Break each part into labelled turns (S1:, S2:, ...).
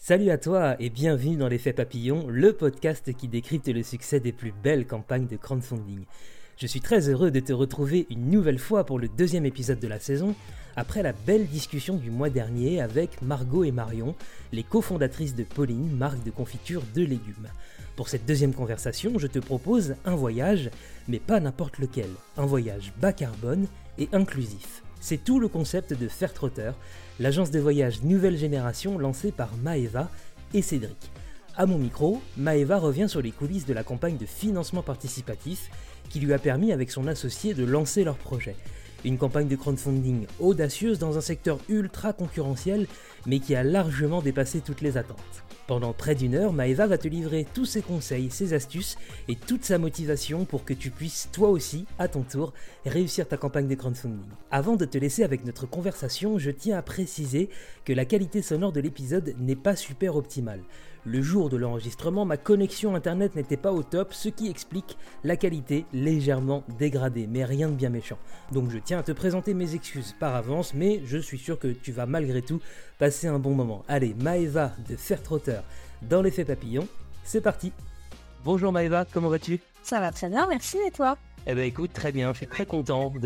S1: Salut à toi et bienvenue dans l'Effet Papillon, le podcast qui décrypte le succès des plus belles campagnes de crowdfunding. Je suis très heureux de te retrouver une nouvelle fois pour le deuxième épisode de la saison, après la belle discussion du mois dernier avec Margot et Marion, les cofondatrices de Pauline, marque de confiture de légumes. Pour cette deuxième conversation, je te propose un voyage, mais pas n'importe lequel, un voyage bas carbone et inclusif. C'est tout le concept de Fairtrotter, l'agence de voyage nouvelle génération lancée par Maëva et Cédric. À mon micro, Maëva revient sur les coulisses de la campagne de financement participatif qui lui a permis avec son associé de lancer leur projet. Une campagne de crowdfunding audacieuse dans un secteur ultra concurrentiel, mais qui a largement dépassé toutes les attentes. Pendant près d'une heure, Maëva va te livrer tous ses conseils, ses astuces et toute sa motivation pour que tu puisses, toi aussi, à ton tour, réussir ta campagne de crowdfunding. Avant de te laisser avec notre conversation, je tiens à préciser que la qualité sonore de l'épisode n'est pas super optimale. Le jour de l'enregistrement, ma connexion internet n'était pas au top, ce qui explique la qualité légèrement dégradée, mais rien de bien méchant. Donc je tiens à te présenter mes excuses par avance, mais je suis sûr que tu vas malgré tout passer un bon moment. Allez, Maëva de Fairtrotter dans l'Effet Papillon, c'est parti. Bonjour Maëva, comment vas-tu ?
S2: Ça va très bien, merci, et toi ?
S1: Eh ben écoute, très bien, je suis très content de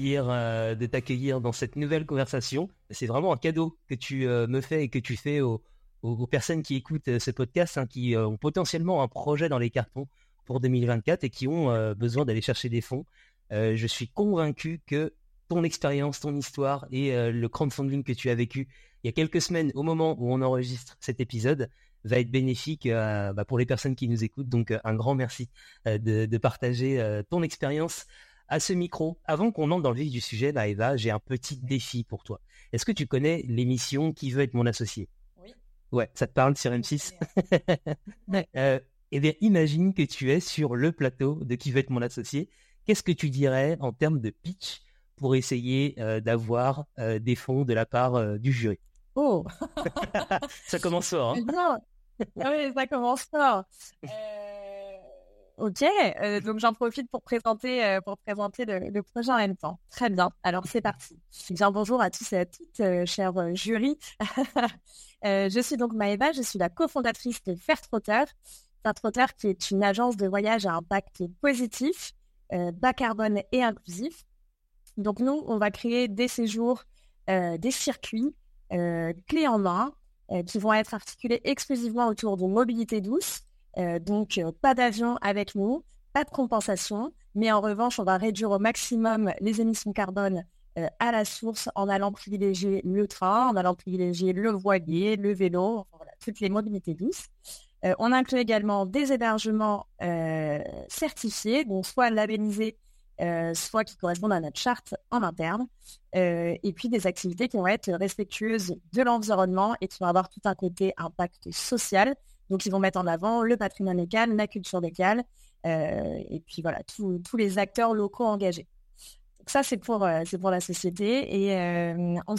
S1: t'accueillir dans cette nouvelle conversation. C'est vraiment un cadeau que tu me fais et que tu fais aux personnes qui écoutent ce podcast, qui ont potentiellement un projet dans les cartons pour 2024 et qui ont besoin d'aller chercher des fonds. Je suis convaincu que ton expérience, ton histoire et le crowdfunding que tu as vécu il y a quelques semaines au moment où on enregistre cet épisode va être bénéfique pour les personnes qui nous écoutent. Donc un grand merci de partager ton expérience à ce micro. Avant qu'on entre dans le vif du sujet, Maëva, j'ai un petit défi pour toi. Est-ce que tu connais l'émission Qui veut être mon associé ? Ouais, ça te parle sur M6 ? Eh bien, imagine que tu es sur le plateau de Qui veut être mon associé. Qu'est-ce que tu dirais en termes de pitch pour essayer d'avoir des fonds de la part du jury ?
S2: Oh.
S1: Ça commence fort, hein ?
S2: Non. Oui, ça commence fort. Ok, donc j'en profite pour présenter le projet en même temps. Très bien, alors c'est parti. Bien, bonjour à tous et à toutes, chers jury. Je suis donc Maëva, je suis la cofondatrice de Fairtrotter. Fairtrotter qui est une agence de voyage à impact positif, bas carbone et inclusif. Donc nous, on va créer des séjours, des circuits clés en main qui vont être articulés exclusivement autour de mobilité douce. Donc pas d'avion avec nous, pas de compensation, mais en revanche, on va réduire au maximum les émissions carbone à la source en allant privilégier le train, en allant privilégier le voilier, le vélo, enfin, voilà, toutes les mobilités douces. On inclut également des hébergements certifiés, donc soit labellisés, soit qui correspondent à notre charte en interne, et puis des activités qui vont être respectueuses de l'environnement et qui vont avoir tout un côté impact social. Donc, ils vont mettre en avant le patrimoine local, la culture locale, et puis voilà, tous les acteurs locaux engagés. Donc ça, c'est pour la société. Et on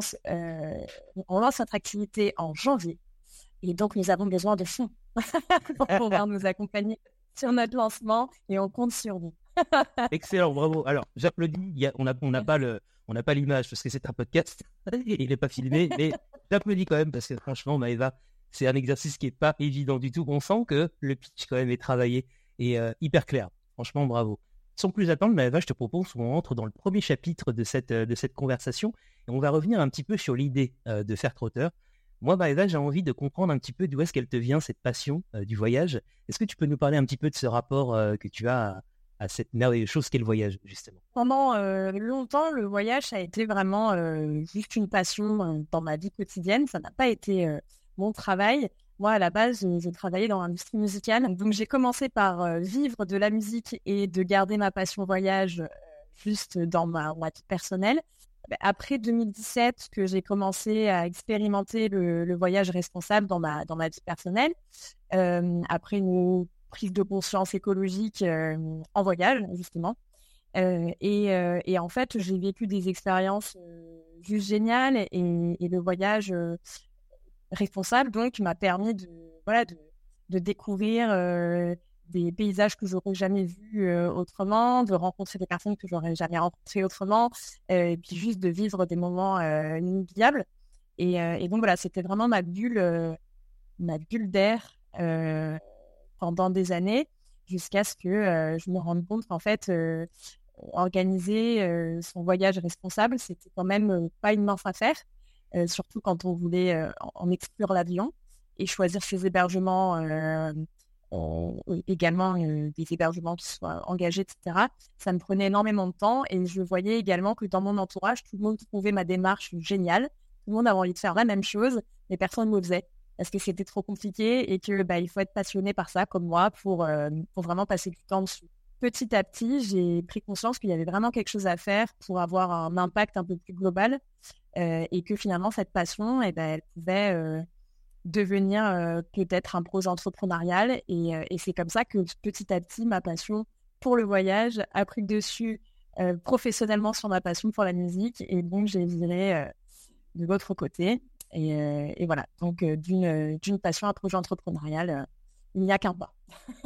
S2: lance notre activité en janvier. Et donc, nous avons besoin de fonds pour pouvoir nous accompagner sur notre lancement et on compte sur vous.
S1: Excellent, bravo. Alors, j'applaudis. On n'a pas l'image parce que c'est un podcast. Il n'est pas filmé, mais j'applaudis quand même parce que franchement, Maëva, c'est un exercice qui n'est pas évident du tout. On sent que le pitch quand même est travaillé et hyper clair. Franchement, bravo. Sans plus attendre, Maëva, je te propose qu'on entre dans le premier chapitre de cette conversation et on va revenir un petit peu sur l'idée de Fairtrotter. Moi, Maëva, j'ai envie de comprendre un petit peu d'où est-ce qu'elle te vient, cette passion du voyage. Est-ce que tu peux nous parler un petit peu de ce rapport que tu as à cette merveilleuse chose qu'est le voyage, justement ?
S2: Pendant longtemps, le voyage, ça a été vraiment juste une passion dans ma vie quotidienne. Ça n'a pas été mon travail. Moi, à la base, j'ai travaillé dans l'industrie musicale. Donc, j'ai commencé par vivre de la musique et de garder ma passion voyage juste dans ma vie personnelle. Après 2017, que j'ai commencé à expérimenter le voyage responsable dans ma vie personnelle, après une prise de conscience écologique en voyage, justement. Et en fait, j'ai vécu des expériences juste géniales et le voyage responsable, donc, m'a permis de découvrir des paysages que j'aurais jamais vus autrement, de rencontrer des personnes que j'aurais jamais rencontrées autrement, et puis juste de vivre des moments inoubliables. Et donc voilà, c'était vraiment ma bulle ma bulle d'air pendant des années, jusqu'à ce que je me rende compte qu'en fait, organiser son voyage responsable, c'était quand même pas une mince affaire, surtout quand on voulait en exclure l'avion et choisir ses hébergements, également des hébergements qui soient engagés, etc. Ça me prenait énormément de temps et je voyais également que dans mon entourage, tout le monde trouvait ma démarche géniale. Tout le monde avait envie de faire la même chose, mais personne ne le faisait parce que c'était trop compliqué et que il faut être passionné par ça comme moi pour vraiment passer du temps dessus. Petit à petit, j'ai pris conscience qu'il y avait vraiment quelque chose à faire pour avoir un impact un peu plus global et que finalement, cette passion, elle pouvait devenir peut-être un projet entrepreneurial. Et c'est comme ça que petit à petit, ma passion pour le voyage a pris le dessus professionnellement sur ma passion pour la musique. Et donc, j'ai viré de l'autre côté. Et voilà, donc d'une passion à un projet entrepreneurial, il n'y a qu'un pas.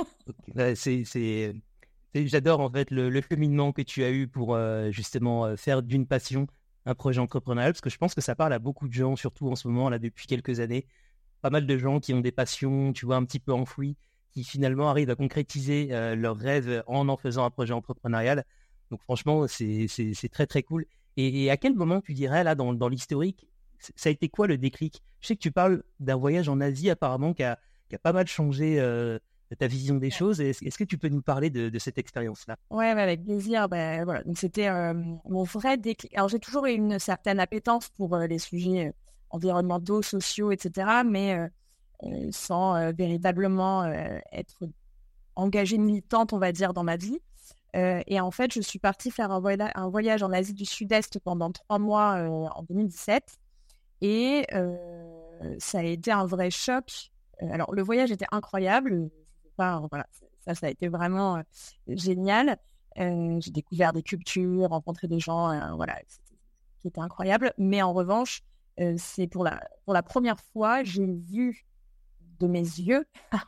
S1: J'adore en fait le cheminement que tu as eu pour justement faire d'une passion un projet entrepreneurial, parce que je pense que ça parle à beaucoup de gens, surtout en ce moment, là, depuis quelques années. Pas mal de gens qui ont des passions, tu vois, un petit peu enfouies, qui finalement arrivent à concrétiser leurs rêves en faisant un projet entrepreneurial. Donc franchement, c'est très très cool. Et à quel moment tu dirais, là, dans l'historique, ça a été quoi le déclic? Je sais que tu parles d'un voyage en Asie apparemment qui a pas mal changé ta vision des choses. Est-ce que tu peux nous parler de cette expérience-là?
S2: Ouais, avec plaisir. Ben, voilà. Donc, c'était mon vrai déclic. Alors, j'ai toujours eu une certaine appétence pour les sujets environnementaux, sociaux, etc., mais sans véritablement être engagée militante, on va dire, dans ma vie. Et en fait, je suis partie faire un voyage en Asie du Sud-Est pendant 3 mois en 2017. Et ça a été un vrai choc. Alors, le voyage était incroyable. Voilà, ça a été vraiment génial. J'ai découvert des cultures, rencontré des gens, voilà, qui étaient incroyables. Mais en revanche, c'est pour la première fois, j'ai vu de mes yeux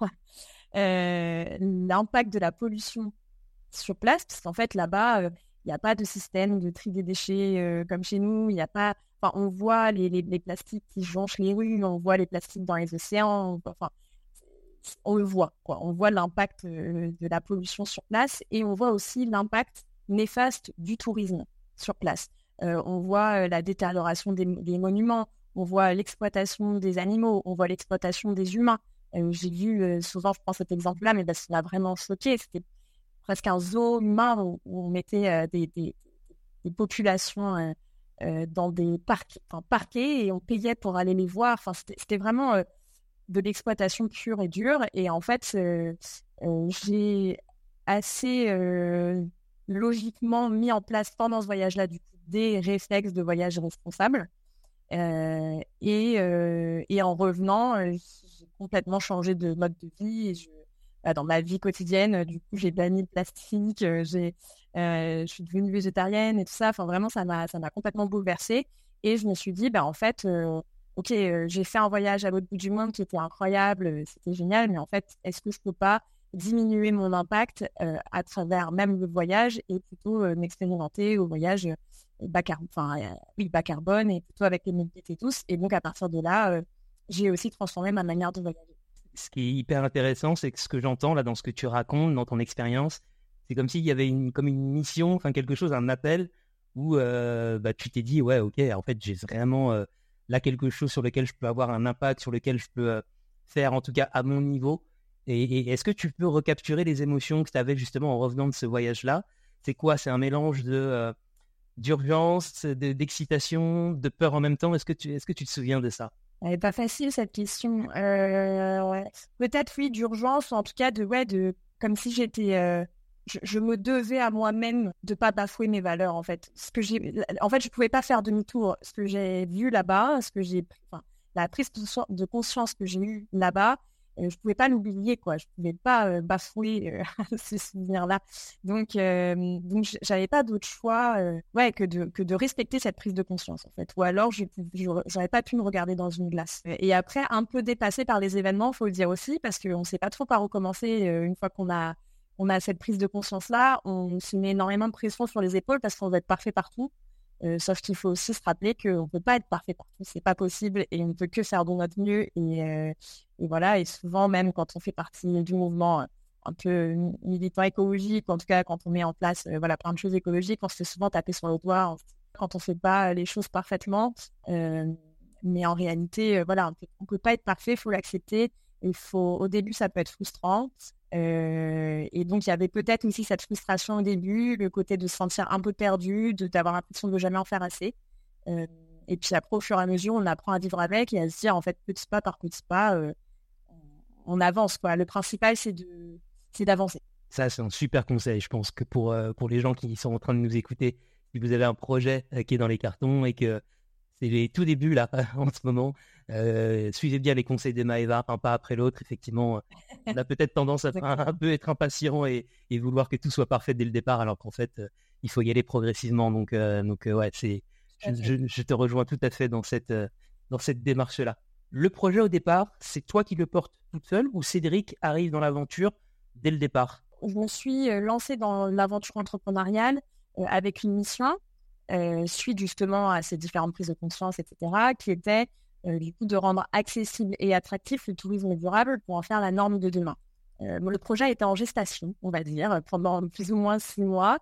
S2: l'impact de la pollution sur place, parce qu'en fait, là-bas, il n'y a pas de système de tri des déchets comme chez nous. Il n'y a pas... Enfin, on voit les plastiques qui jonchent les rues, on voit les plastiques dans les océans. Enfin, on le voit, quoi. On voit l'impact de la pollution sur place et on voit aussi l'impact néfaste du tourisme sur place. On voit la détérioration des monuments, on voit l'exploitation des animaux, on voit l'exploitation des humains. J'ai vu souvent, je prends cet exemple-là, mais ça m'a vraiment choqué. C'était presque un zoo humain où on mettait des populations dans des parquets et on payait pour aller les voir. Enfin, c'était vraiment de l'exploitation pure et dure. Et en fait, j'ai assez logiquement mis en place pendant ce voyage-là du coup, des réflexes de voyage responsable. Et en revenant, j'ai complètement changé de mode de vie. Et dans ma vie quotidienne, du coup, j'ai banni le plastique, je suis devenue végétarienne et tout ça. Enfin, vraiment, ça m'a complètement bouleversée. Et je me suis dit, en fait, ok, j'ai fait un voyage à l'autre bout du monde qui était incroyable, c'était génial, mais en fait, est-ce que je peux pas diminuer mon impact à travers même le voyage et plutôt m'expérimenter au voyage bas carbone et plutôt avec les mobilités tous. Et donc, à partir de là, j'ai aussi transformé ma manière de voyager.
S1: Ce qui est hyper intéressant, c'est que ce que j'entends là dans ce que tu racontes, dans ton expérience, c'est comme s'il y avait comme une mission, enfin quelque chose, un appel où tu t'es dit, ouais, ok, en fait, j'ai vraiment là quelque chose sur lequel je peux avoir un impact, sur lequel je peux faire, en tout cas à mon niveau. Et est-ce que tu peux recapturer les émotions que tu avais justement en revenant de ce voyage-là? C'est quoi? C'est un mélange d'urgence, d'excitation, de peur en même temps? Est-ce que tu te souviens de ça?
S2: Elle n'est pas facile cette question. Ouais. Peut-être oui, d'urgence, ou en tout cas comme si j'étais, je me devais à moi-même de pas bafouer mes valeurs en fait. En fait, je pouvais pas faire demi-tour. Ce que j'ai vu là-bas, la prise de conscience que j'ai eue là-bas, je pouvais pas l'oublier quoi. Je pouvais pas bafouer ce souvenir-là. Donc j'avais pas d'autre choix que de respecter cette prise de conscience en fait. Ou alors j'aurais pas pu me regarder dans une glace. Et après un peu dépassée par les événements, faut le dire aussi, parce qu'on sait pas trop par où commencer une fois qu'on a cette prise de conscience-là. On se met énormément de pression sur les épaules parce qu'on veut être parfait partout. Sauf qu'il faut aussi se rappeler qu'on ne peut pas être parfait partout, c'est pas possible et on ne peut que faire de notre mieux. Et voilà, et souvent, même quand on fait partie du mouvement un peu militant écologique, en tout cas quand on met en place plein de choses écologiques, on se fait souvent taper sur le doigt quand on ne fait pas les choses parfaitement. Mais en réalité, on peut pas être parfait, il faut l'accepter. Au début, ça peut être frustrant. Et donc, il y avait peut-être aussi cette frustration au début, le côté de se sentir un peu perdu, d'avoir l'impression de jamais en faire assez. Et puis après, au fur et à mesure, on apprend à vivre avec et à se dire, en fait, petit pas par petit pas, on avance, quoi. Le principal, c'est d'avancer.
S1: Ça, c'est un super conseil. Je pense que pour les gens qui sont en train de nous écouter, si vous avez un projet qui est dans les cartons et que c'est les tout débuts là, en ce moment, suivez bien les conseils de Maëva, un pas après l'autre. Effectivement, on a peut-être tendance à un peu être impatient et vouloir que tout soit parfait dès le départ, alors qu'en fait, il faut y aller progressivement. Donc ouais, je te rejoins tout à fait dans cette démarche-là. Le projet au départ, c'est toi qui le portes toute seule ou Cédric arrive dans l'aventure dès le départ?
S2: Je me suis lancée dans l'aventure entrepreneuriale avec une mission suite justement à ces différentes prises de conscience, etc., qui était du coup de rendre accessible et attractif le tourisme durable pour en faire la norme de demain. Le projet était en gestation, on va dire, pendant plus ou moins 6 mois,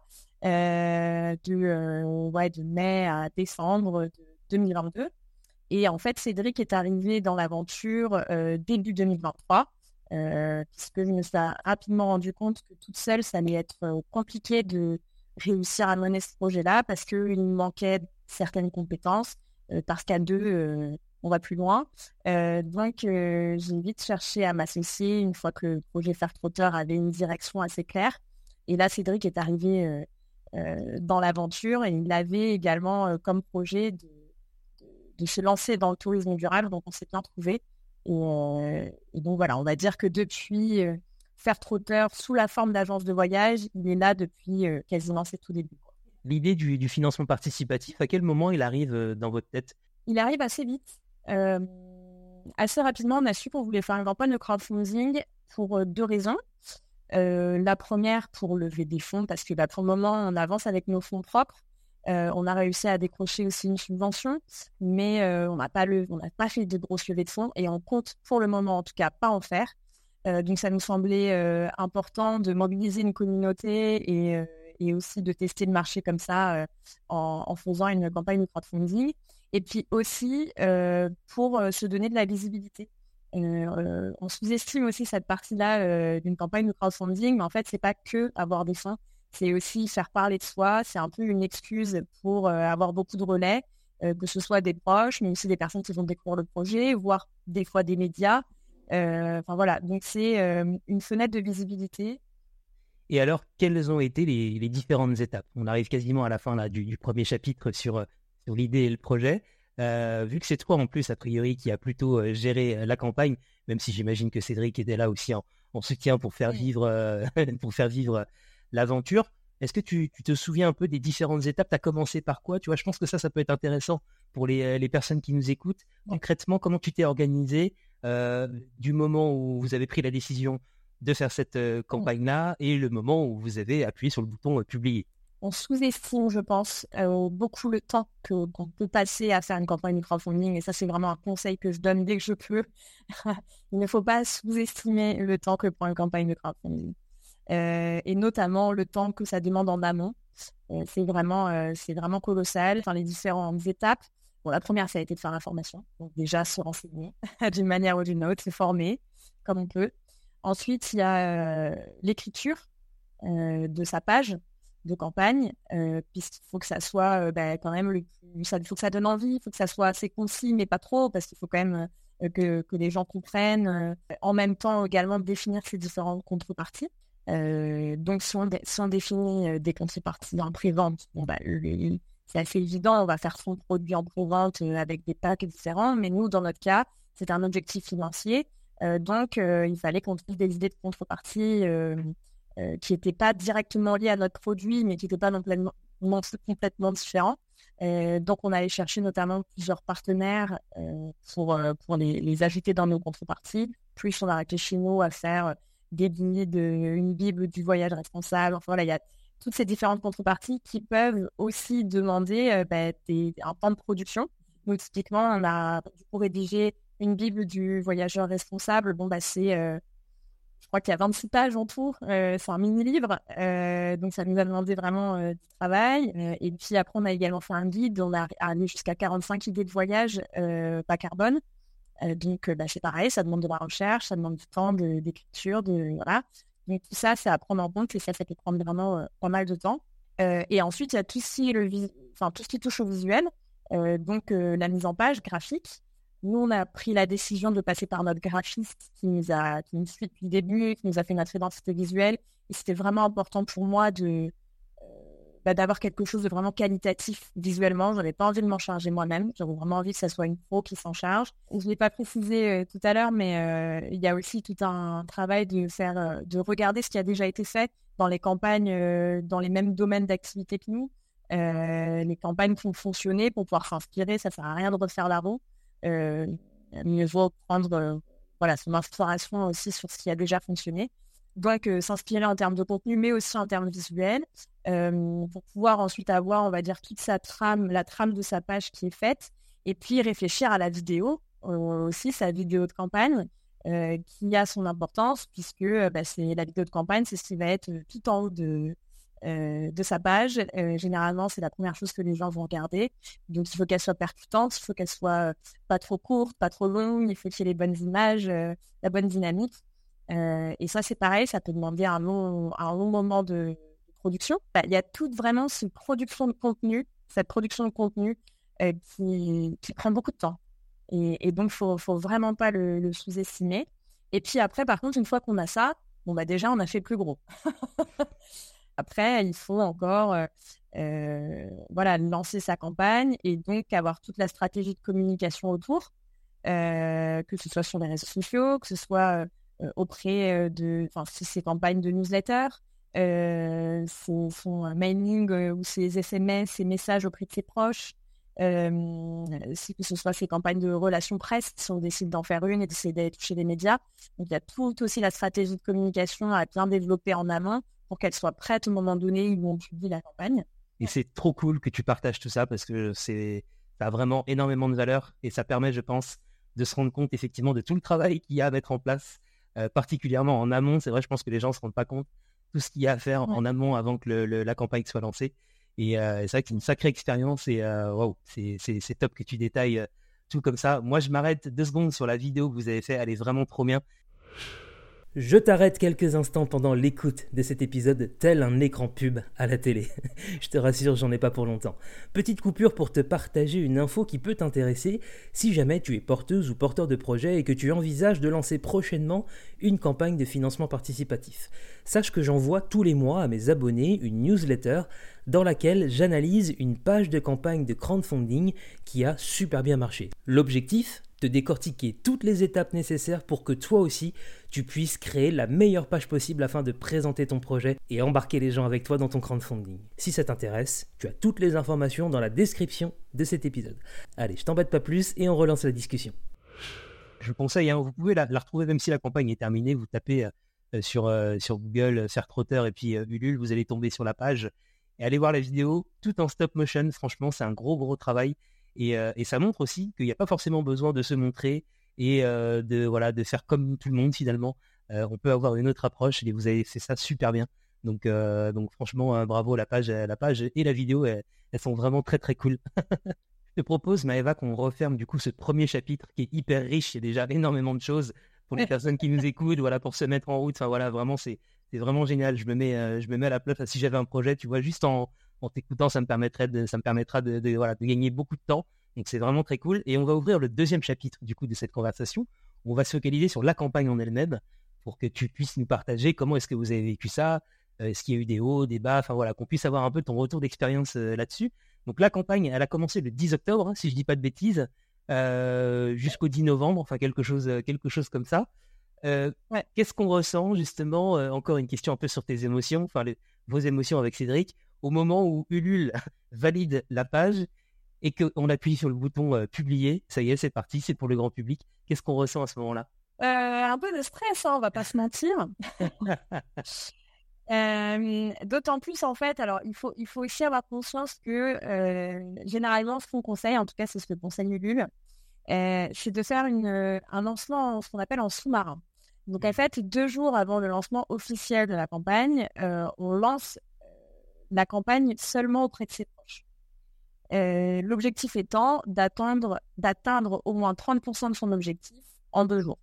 S2: de mai à décembre de 2022. Et en fait, Cédric est arrivé dans l'aventure début 2023, puisque je me suis rapidement rendu compte que toute seule, ça allait être compliqué de réussir à mener ce projet-là parce qu'il me manquait certaines compétences, parce qu'à deux, on va plus loin. Donc, j'ai vite cherché à m'associer une fois que le projet Faire Trotteur avait une direction assez claire. Et là, Cédric est arrivé dans l'aventure et il avait également comme projet de se lancer dans le tourisme durable, donc on s'est bien trouvé. Et donc voilà, on va dire que depuis Faire Trotteur sous la forme d'agence de voyage, il est là depuis quasiment ses tout débuts.
S1: L'idée du financement participatif, à quel moment il arrive dans votre tête?
S2: Il arrive assez vite. Assez rapidement, on a su qu'on voulait faire une campagne de crowdfunding pour 2 raisons. La première, pour lever des fonds, parce que pour le moment, on avance avec nos fonds propres. On a réussi à décrocher aussi une subvention, mais on n'a pas fait de grosses levées de fonds et on compte pour le moment en tout cas pas en faire. Donc ça nous semblait important de mobiliser une communauté et aussi de tester le marché comme ça en faisant une campagne de crowdfunding. Et puis aussi pour se donner de la visibilité. On sous-estime aussi cette partie-là d'une campagne de crowdfunding, mais en fait, c'est pas que avoir des fonds. C'est aussi faire parler de soi. C'est un peu une excuse pour avoir beaucoup de relais, que ce soit des proches, mais aussi des personnes qui vont découvrir le projet, voire des fois des médias. Voilà, donc c'est une fenêtre de visibilité.
S1: Et alors, quelles ont été les différentes étapes? On arrive quasiment à la fin là, du premier chapitre sur l'idée et le projet. Vu que c'est toi en plus, a priori, qui a plutôt géré la campagne, même si j'imagine que Cédric était là aussi en soutien pour faire vivre, pour faire vivre l'aventure. Est-ce que tu te souviens un peu des différentes étapes? Tu as commencé par quoi? Tu vois, je pense que ça peut être intéressant pour les personnes qui nous écoutent. Concrètement, comment tu t'es organisé du moment où vous avez pris la décision de faire cette campagne-là et le moment où vous avez appuyé sur le bouton publier?
S2: On sous-estime, je pense, beaucoup le temps qu'on peut passer à faire une campagne de crowdfunding. Et ça, c'est vraiment un conseil que je donne dès que je peux. Il ne faut pas sous-estimer le temps que prend une campagne de crowdfunding. Et notamment le temps que ça demande en amont. C'est vraiment colossal. Enfin, les différentes étapes. Bon, la première, ça a été de faire l'information. Donc déjà, se renseigner d'une manière ou d'une autre, se former comme on peut. Ensuite, il y a l'écriture de sa page de campagne, puisqu'il faut que ça soit quand même il faut que ça donne envie, il faut que ça soit assez concis, mais pas trop, parce qu'il faut quand même que les gens comprennent. En même temps, également, définir ces différentes contreparties. Donc, si on définit des contreparties en pré-vente, c'est assez évident, on va faire son produit en pré-vente avec des packs différents, mais nous, dans notre cas, c'est un objectif financier. Donc, il fallait qu'on trouve des idées de contrepartie qui n'étaient pas directement liées à notre produit, mais qui n'étaient pas complètement différents. Donc, on allait chercher notamment plusieurs partenaires pour les ajouter dans nos contreparties. Puis, on a réfléchi chez nous à faire une Bible du voyage responsable. Enfin, voilà, il y a toutes ces différentes contreparties qui peuvent aussi demander un temps de production. Donc, typiquement, on a pour rédiger une Bible du voyageur responsable. Je crois qu'il y a 26 pages en tout. C'est un mini-livre. Donc, ça nous a demandé vraiment du travail. Et puis, après, on a également fait un guide. On a allé jusqu'à 45 idées de voyage bas carbone. C'est pareil, ça demande de la recherche, ça demande du temps d'écriture, voilà. Donc, tout ça, c'est à prendre en compte et ça peut prendre vraiment pas mal de temps. Et ensuite, il y a tout ce qui touche au visuel. La mise en page graphique. Nous, on a pris la décision de passer par notre graphiste qui nous suit depuis le début, qui nous a fait notre identité visuelle. Et c'était vraiment important pour moi d'avoir quelque chose de vraiment qualitatif visuellement. Je n'avais pas envie de m'en charger moi-même. J'avais vraiment envie que ça soit une pro qui s'en charge. Je ne l'ai pas précisé tout à l'heure, mais il y a aussi tout un travail de regarder ce qui a déjà été fait dans les campagnes, dans les mêmes domaines d'activité que nous. Les campagnes qui ont fonctionné pour pouvoir s'inspirer. Ça ne sert à rien de refaire la roue. Mieux vaut prendre son inspiration aussi sur ce qui a déjà fonctionné. Donc, s'inspirer en termes de contenu, mais aussi en termes visuels, pour pouvoir ensuite avoir, on va dire, toute sa trame, la trame de sa page qui est faite, et puis réfléchir à la vidéo, aussi sa vidéo de campagne, qui a son importance, puisque c'est la vidéo de campagne, c'est ce qui va être tout en haut de sa page. Généralement, c'est la première chose que les gens vont regarder. Donc, il faut qu'elle soit percutante, il faut qu'elle soit pas trop courte, pas trop longue, il faut qu'il y ait les bonnes images, la bonne dynamique. Et ça, c'est pareil, ça peut demander un long moment de production. Il y a toute vraiment cette production de contenu qui prend beaucoup de temps. Et donc, faut vraiment pas le sous-estimer. Et puis après, par contre, une fois qu'on a ça, déjà, on a fait plus gros. Après, il faut encore lancer sa campagne et donc avoir toute la stratégie de communication autour, que ce soit sur les réseaux sociaux, que ce soit auprès si c'est campagne de newsletter, son mailing ou ses SMS, ses messages auprès de ses proches, que ce soit ses campagnes de relations presse, si on décide d'en faire une et d'essayer d'aller toucher les médias. Donc, il y a tout aussi la stratégie de communication à bien développer en amont pour qu'elle soit prête au moment donné où on publie la campagne.
S1: Et c'est trop cool que tu partages tout ça parce que ça a vraiment énormément de valeur et ça permet, je pense, de se rendre compte effectivement de tout le travail qu'il y a à mettre en place, particulièrement en amont. C'est vrai, je pense que les gens ne se rendent pas compte tout ce qu'il y a à faire en amont avant que la campagne soit lancée. Et c'est vrai que c'est une sacrée expérience et c'est top que tu détailles tout comme ça. Moi, je m'arrête 2 secondes sur la vidéo que vous avez fait, elle est vraiment trop bien. Je t'arrête quelques instants pendant l'écoute de cet épisode, tel un écran pub à la télé. Je te rassure, j'en ai pas pour longtemps. Petite coupure pour te partager une info qui peut t'intéresser si jamais tu es porteuse ou porteur de projet et que tu envisages de lancer prochainement une campagne de financement participatif. Sache que j'envoie tous les mois à mes abonnés une newsletter dans laquelle j'analyse une page de campagne de crowdfunding qui a super bien marché. L'objectif ? De décortiquer toutes les étapes nécessaires pour que toi aussi, tu puisses créer la meilleure page possible afin de présenter ton projet et embarquer les gens avec toi dans ton crowdfunding. Si ça t'intéresse, tu as toutes les informations dans la description de cet épisode. Allez, je t'embête pas plus et on relance la discussion. Je vous conseille, vous pouvez la retrouver même si la campagne est terminée, vous tapez sur Google, Fairtrotter et puis Ulule, vous allez tomber sur la page et allez voir la vidéo, tout en stop motion, franchement c'est un gros travail. Et ça montre aussi qu'il n'y a pas forcément besoin de se montrer et de faire comme tout le monde finalement. On peut avoir une autre approche et vous avez fait ça super bien. Donc franchement, bravo, la page et la vidéo, elles sont vraiment très cool. Je te propose, Maëva, qu'on referme du coup ce premier chapitre qui est hyper riche. Il y a déjà énormément de choses pour les personnes qui nous écoutent, pour se mettre en route. Enfin voilà, vraiment, c'est vraiment génial. Je me mets à la place. Si j'avais un projet, tu vois, juste en t'écoutant, ça me permettra de gagner beaucoup de temps. Donc c'est vraiment très cool. Et on va ouvrir le deuxième chapitre du coup de cette conversation. On va se focaliser sur la campagne en elle-même pour que tu puisses nous partager comment est-ce que vous avez vécu ça, est-ce qu'il y a eu des hauts, des bas, qu'on puisse avoir un peu ton retour d'expérience là-dessus. Donc la campagne, elle a commencé le 10 octobre, si je dis pas de bêtises, jusqu'au 10 novembre, quelque chose comme ça. Qu'est-ce qu'on ressent justement, encore une question un peu sur tes émotions, vos émotions avec Cédric, au moment où Ulule valide la page et qu'on appuie sur le bouton publier, ça y est, c'est parti, c'est pour le grand public. Qu'est-ce qu'on ressent à ce moment-là ?
S2: Un peu de stress, on va pas se mentir. D'autant plus en fait, alors il faut aussi avoir conscience que généralement ce qu'on conseille, en tout cas c'est ce que conseille Ulule, c'est de faire un lancement, ce qu'on appelle en sous-marin. Donc en fait, 2 jours avant le lancement officiel de la campagne, on lance la campagne seulement auprès de ses proches. L'objectif étant d'atteindre au moins 30% de son objectif en 2 jours.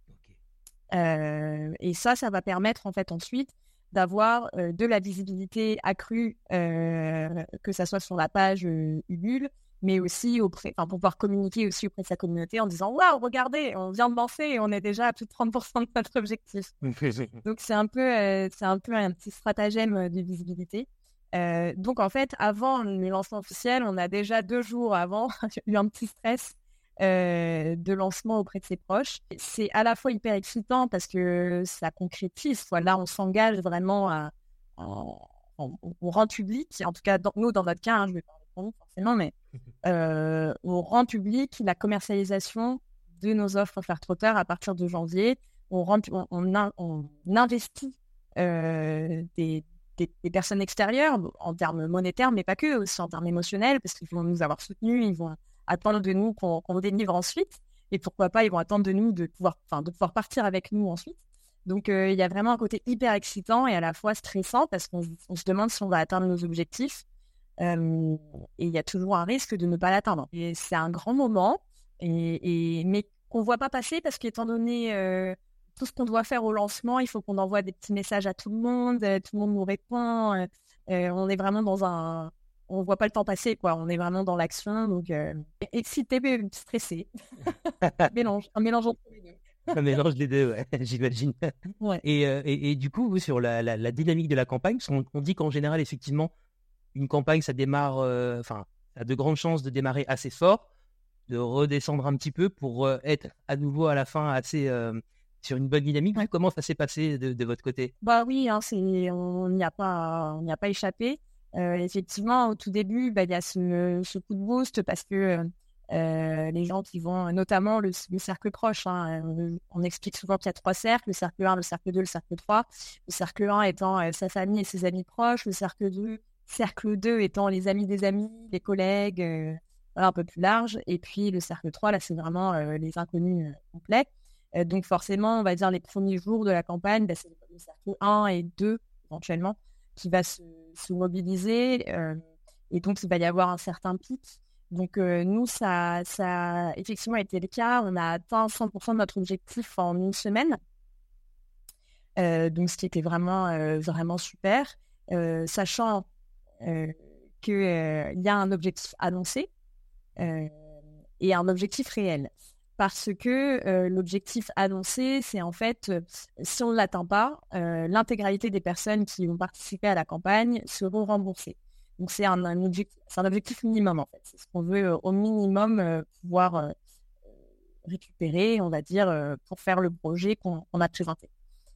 S2: Et ça va permettre en fait ensuite d'avoir de la visibilité accrue, que ça soit sur la page Ulule, mais aussi pour pouvoir communiquer aussi auprès de sa communauté en disant « Waouh, regardez, on vient de lancer et on est déjà à plus de 30% de notre objectif. » Donc, c'est un peu un petit stratagème de visibilité. Donc, en fait, avant le lancement officiel, on a déjà 2 jours avant eu un petit stress de lancement auprès de ses proches. C'est à la fois hyper excitant parce que ça concrétise. Là, on s'engage vraiment on rend public, en tout cas nous, dans notre cas, je vais parler pour nous forcément, mais on rend public la commercialisation de nos offres Flairtrotter à partir de janvier. On investit des personnes extérieures en termes monétaires, mais pas que, aussi en termes émotionnels, parce qu'ils vont nous avoir soutenus, ils vont attendre de nous qu'on délivre ensuite, et pourquoi pas, ils vont attendre de nous de pouvoir partir avec nous ensuite. Donc, il y a vraiment un côté hyper excitant et à la fois stressant, parce qu'on se demande si on va atteindre nos objectifs, et il y a toujours un risque de ne pas l'atteindre. Et c'est un grand moment, mais qu'on ne voit pas passer, parce qu'étant donné tout ce qu'on doit faire au lancement, il faut qu'on envoie des petits messages à tout le monde nous répond, on est vraiment on voit pas le temps passer, quoi. On est vraiment dans l'action, donc excité mais stressé. Un mélange entre les deux.
S1: Un mélange des deux, ouais, j'imagine.
S2: Ouais.
S1: Et du coup, sur la dynamique de la campagne, parce qu'on dit qu'en général, effectivement, une campagne, ça démarre, ça a de grandes chances de démarrer assez fort, de redescendre un petit peu pour être à nouveau à la fin assez sur une bonne dynamique.
S2: Ouais.
S1: Comment ça s'est passé de votre côté ?
S2: Bah oui, on n'y a pas échappé. Effectivement, au tout début, il y a ce coup de boost parce que les gens qui vont, notamment le cercle proche, on explique souvent qu'il y a 3 cercles, le cercle 1, le cercle 2, le cercle 3. Le cercle 1 étant sa famille et ses amis proches, le cercle 2 étant les amis des amis, les collègues, un peu plus large. Et puis le cercle 3, là, c'est vraiment les inconnus complets. Donc forcément, on va dire les premiers jours de la campagne, c'est le cercle 1 et 2 éventuellement qui va se mobiliser, et donc il va y avoir un certain pic. Donc nous, ça a effectivement été le cas. On a atteint 100% de notre objectif en 1 semaine, donc ce qui était vraiment super, sachant qu'il y a un objectif annoncé et un objectif réel. Parce que l'objectif annoncé, c'est en fait, si on ne l'atteint pas, l'intégralité des personnes qui vont participer à la campagne seront remboursées. Donc, c'est un objectif minimum, en fait. C'est ce qu'on veut au minimum pouvoir récupérer, on va dire, pour faire le projet qu'on a présenté.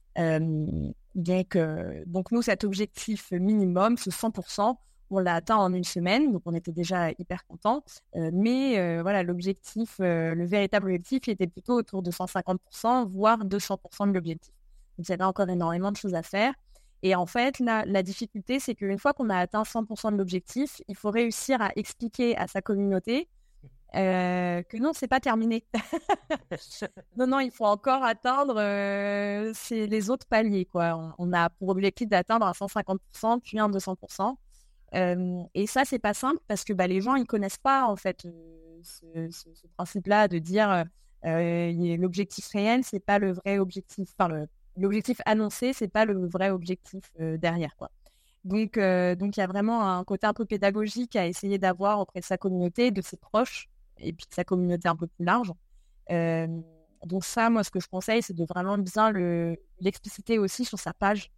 S2: Donc, nous, cet objectif minimum, ce 100%, on l'a atteint en 1 semaine, donc on était déjà hyper contents. Mais voilà, l'objectif, le véritable objectif, il était plutôt autour de 150%, voire 200% de l'objectif. Donc, il y avait encore énormément de choses à faire. Et en fait, la difficulté, c'est qu'une fois qu'on a atteint 100% de l'objectif, il faut réussir à expliquer à sa communauté que non, c'est pas terminé. Non, il faut encore atteindre les autres paliers, quoi. On a pour objectif d'atteindre un 150%, puis un 200%. Et ça, c'est pas simple parce que les gens, ils connaissent pas en fait ce principe-là de dire l'objectif réel, c'est pas le vrai objectif. L'objectif annoncé, c'est pas le vrai objectif derrière, quoi. Donc, il y a vraiment un côté un peu pédagogique à essayer d'avoir auprès de sa communauté, de ses proches, et puis de sa communauté un peu plus large. Donc ça, moi, ce que je conseille, c'est de vraiment bien l'expliciter aussi sur sa page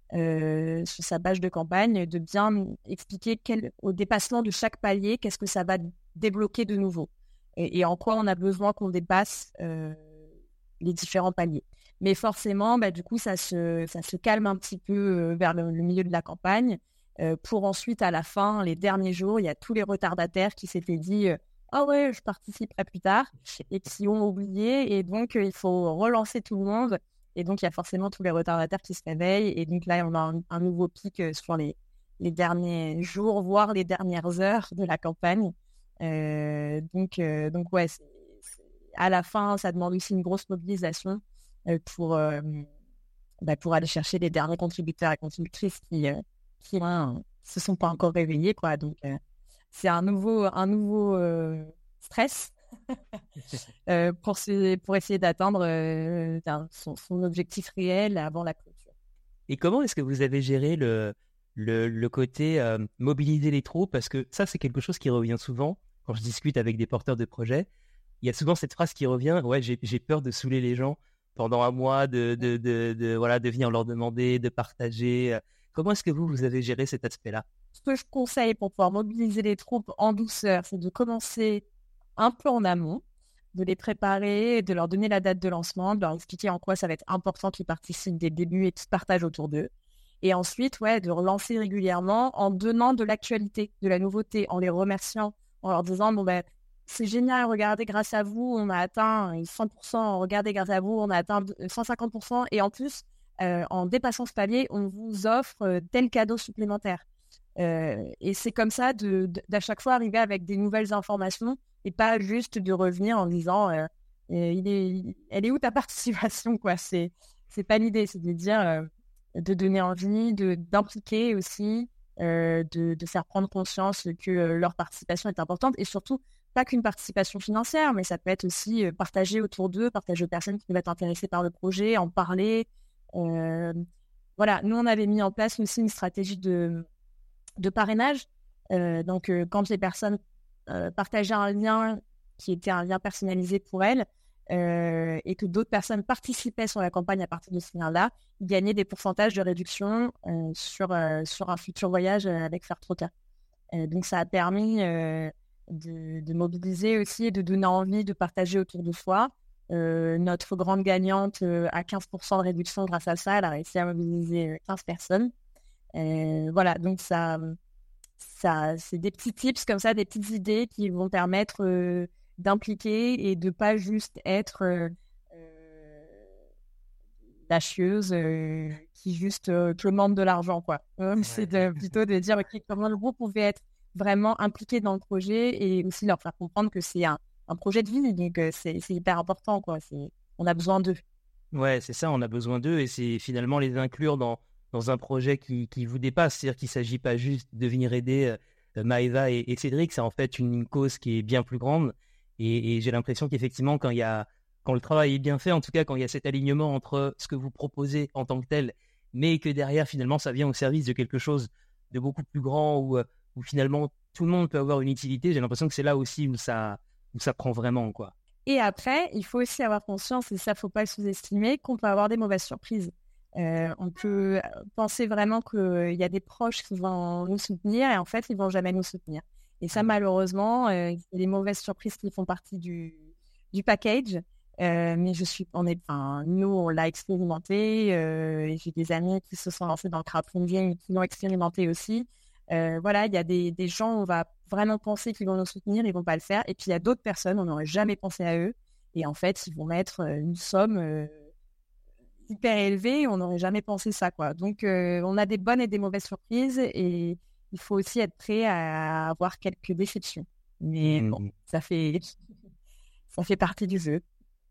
S2: de campagne, de bien expliquer au dépassement de chaque palier, qu'est-ce que ça va débloquer de nouveau et en quoi on a besoin qu'on dépasse les différents paliers. Mais forcément, du coup, ça se calme un petit peu vers le milieu de la campagne pour ensuite, à la fin, les derniers jours, il y a tous les retardataires qui s'étaient dit « Ah ouais, je participerai plus tard » et qui ont oublié. Et donc, il faut relancer tout le monde Et donc, il y a forcément tous les retardataires qui se réveillent. Et donc là, on a un nouveau pic sur les derniers jours, voire les dernières heures de la campagne. Donc ouais, à la fin, ça demande aussi une grosse mobilisation pour aller chercher les derniers contributeurs et contributrices qui se sont pas encore réveillés, quoi. Donc, c'est un nouveau stress pour essayer d'atteindre son objectif réel avant la clôture.
S1: Et comment est-ce que vous avez géré le côté mobiliser les troupes? Parce que ça, c'est quelque chose qui revient souvent quand je discute avec des porteurs de projets. Il y a souvent cette phrase qui revient, ouais, j'ai peur de saouler les gens pendant un mois, de venir leur demander, de partager. Comment est-ce que vous avez géré cet aspect-là?
S2: Ce que je conseille pour pouvoir mobiliser les troupes en douceur, c'est de commencer un peu en amont, de les préparer, de leur donner la date de lancement, de leur expliquer en quoi ça va être important qu'ils participent dès le début et qu'ils se partagent autour d'eux. Et ensuite, de relancer régulièrement en donnant de l'actualité, de la nouveauté, en les remerciant, en leur disant, c'est génial, regardez, grâce à vous, on a atteint 100%, regardez, grâce à vous, on a atteint 150%. Et en plus, en dépassant ce palier, on vous offre tel cadeau supplémentaire. Et c'est comme ça d'à chaque fois arriver avec des nouvelles informations et pas juste de revenir en disant elle est où ta participation, quoi. C'est pas l'idée, c'est de dire de donner envie, d'impliquer aussi, de faire prendre conscience que leur participation est importante et surtout pas qu'une participation financière, mais ça peut être aussi partagé autour d'eux, partager aux personnes qui peuvent être intéressées par le projet, en parler. Voilà, nous on avait mis en place aussi une stratégie de parrainage. Donc, quand les personnes partageaient un lien qui était un lien personnalisé pour elles et que d'autres personnes participaient sur la campagne à partir de ce lien-là, ils gagnaient des pourcentages de réduction sur un futur voyage avec Fairtroca. Donc, ça a permis de mobiliser aussi et de donner envie de partager autour de soi. Notre grande gagnante a 15% de réduction grâce à ça. Elle a réussi à mobiliser 15 personnes. Voilà, donc ça c'est des petits tips comme ça, des petites idées qui vont permettre d'impliquer et de pas juste être la chieuse qui juste demande de l'argent, quoi. C'est plutôt de dire comment le groupe pouvait être vraiment impliqué dans le projet et aussi leur faire comprendre que c'est un projet de vie, donc c'est hyper important, quoi. On a besoin d'eux.
S1: Ouais, c'est ça, on a besoin d'eux et c'est finalement les inclure dans un projet qui vous dépasse. C'est-à-dire qu'il ne s'agit pas juste de venir aider Maëva et Cédric, c'est en fait une cause qui est bien plus grande. Et j'ai l'impression qu'effectivement, quand le travail est bien fait, en tout cas, quand il y a cet alignement entre ce que vous proposez en tant que tel, mais que derrière, finalement, ça vient au service de quelque chose de beaucoup plus grand, où finalement, tout le monde peut avoir une utilité, j'ai l'impression que c'est là aussi où ça prend vraiment, quoi.
S2: Et après, il faut aussi avoir conscience, et ça, il ne faut pas le sous-estimer, qu'on peut avoir des mauvaises surprises. On peut penser vraiment qu'il y a des proches qui vont nous soutenir et en fait, ils ne vont jamais nous soutenir. Et ça, malheureusement, il y a des mauvaises surprises qui font partie du package. Mais nous, on l'a expérimenté. Et j'ai des amis qui se sont lancés dans le crowdfunding et qui l'ont expérimenté aussi. Voilà, il y a des gens, on va vraiment penser qu'ils vont nous soutenir, ils ne vont pas le faire. Et puis, il y a d'autres personnes, on n'aurait jamais pensé à eux. Et en fait, ils vont mettre une somme hyper élevée. On n'aurait jamais pensé ça, quoi. Donc, on a des bonnes et des mauvaises surprises. Et il faut aussi être prêt à avoir quelques déceptions. Mais bon, ça fait partie du jeu.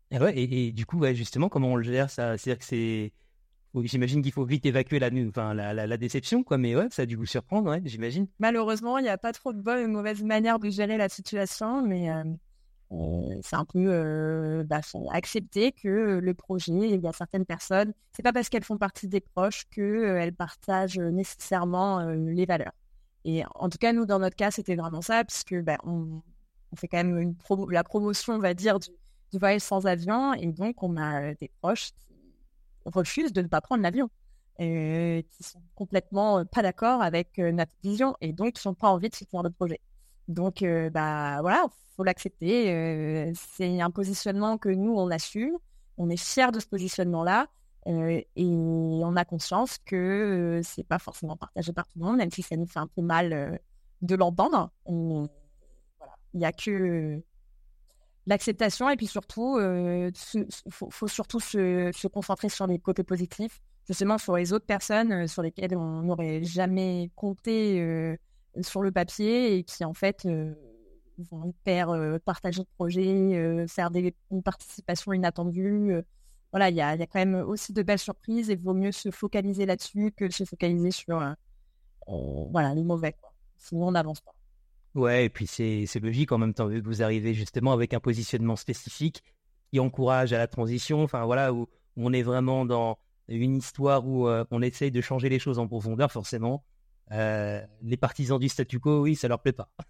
S1: Et du coup, ouais, justement, comment on le gère, ça? C'est-à-dire que j'imagine qu'il faut vite évacuer la déception, quoi. Mais ouais, ça a dû vous surprendre, ouais, j'imagine.
S2: Malheureusement, il n'y a pas trop de bonne ou de mauvaise manière de gérer la situation, mais c'est un peu accepter que le projet, il y a certaines personnes, c'est pas parce qu'elles font partie des proches qu'elles partagent nécessairement les valeurs. Et en tout cas, nous, dans notre cas, c'était vraiment ça, puisque on fait quand même la promotion, on va dire, du voyage sans avion, et donc on a des proches qui refusent de ne pas prendre l'avion, qui sont complètement pas d'accord avec notre vision, et donc qui n'ont pas envie de soutenir le projet. Donc, voilà, il faut l'accepter. C'est un positionnement que nous, on assume. On est fiers de ce positionnement-là. Et on a conscience que c'est pas forcément partagé par tout le monde, même si ça nous fait un peu mal de l'entendre. Voilà. Il y a que l'acceptation et puis surtout, faut surtout se concentrer sur les côtés positifs, justement sur les autres personnes sur lesquelles on n'aurait jamais compté sur le papier et qui en fait vont faire partager le projet, faire une participation inattendue. Voilà, il y a quand même aussi de belles surprises et il vaut mieux se focaliser là-dessus que se focaliser sur voilà, les mauvais, quoi. Sinon, on n'avance pas.
S1: Ouais, et puis c'est logique en même temps, vu que vous arrivez justement avec un positionnement spécifique qui encourage à la transition, enfin voilà, où on est vraiment dans une histoire où on essaye de changer les choses en profondeur, forcément. Les partisans du statu quo, oui, ça leur plaît pas.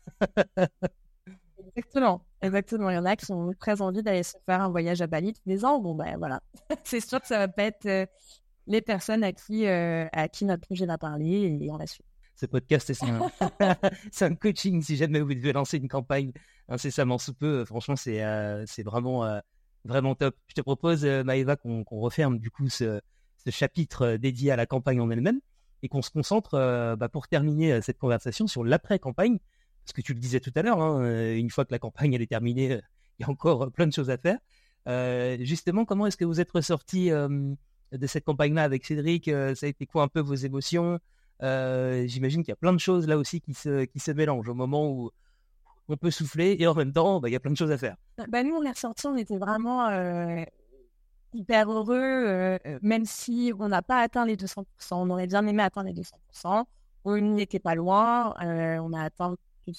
S2: Exactement, exactement. Il y en a qui ont très envie d'aller se faire un voyage à Bali tous les ans. Bon, ben voilà. C'est sûr que ça va pas être les personnes à qui notre projet va parler et on va suivre.
S1: Ce podcast, c'est un coaching si jamais vous devez lancer une campagne incessamment sous peu. Franchement, c'est vraiment, vraiment top. Je te propose, Maëva, qu'on referme du coup ce chapitre dédié à la campagne en elle-même et qu'on se concentre pour terminer cette conversation sur l'après-campagne. Parce que tu le disais tout à l'heure, hein, une fois que la campagne elle est terminée, il y a encore plein de choses à faire. Justement, comment est-ce que vous êtes ressortis de cette campagne-là avec Cédric? Ça a été quoi un peu vos émotions? J'imagine qu'il y a plein de choses là aussi qui se mélangent au moment où on peut souffler et en même temps, il y a plein de choses à faire.
S2: Nous, on est ressortis, on était vraiment hyper heureux, même si on n'a pas atteint les 200%. On aurait bien aimé atteindre les 200%. On n'était pas loin. On a atteint plus de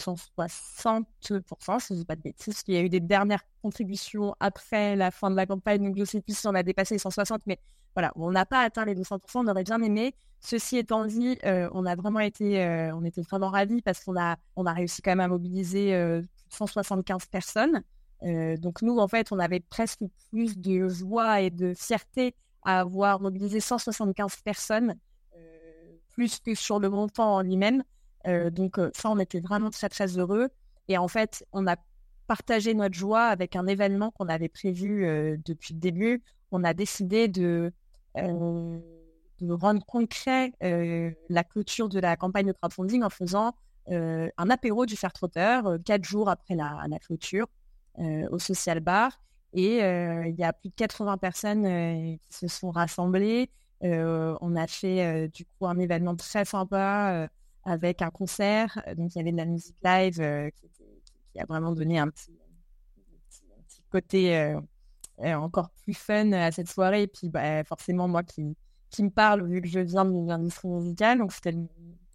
S2: 160%, si je ne dis pas de bêtises. Il y a eu des dernières contributions après la fin de la campagne, donc je ne sais plus si on a dépassé les 160, mais voilà, on n'a pas atteint les 200%, on aurait bien aimé. Ceci étant dit, on était vraiment ravis parce qu'on a réussi quand même à mobiliser 175 personnes. Donc nous, en fait, on avait presque plus de joie et de fierté à avoir mobilisé 175 personnes, plus que sur le montant en lui-même. Donc ça, on était vraiment très, très heureux. Et en fait, on a partagé notre joie avec un événement qu'on avait prévu depuis le début. On a décidé de rendre concret la clôture de la campagne de crowdfunding en faisant un apéro du Fairtrotteur 4 jours après la clôture au Social Bar. Et il y a plus de 80 personnes qui se sont rassemblées. On a fait du coup un événement très sympa avec un concert. Donc il y avait de la musique live qui a vraiment donné un petit côté encore plus fun à cette soirée. Et puis forcément, moi qui me parle, vu que je viens de l'industrie musicale, donc c'était le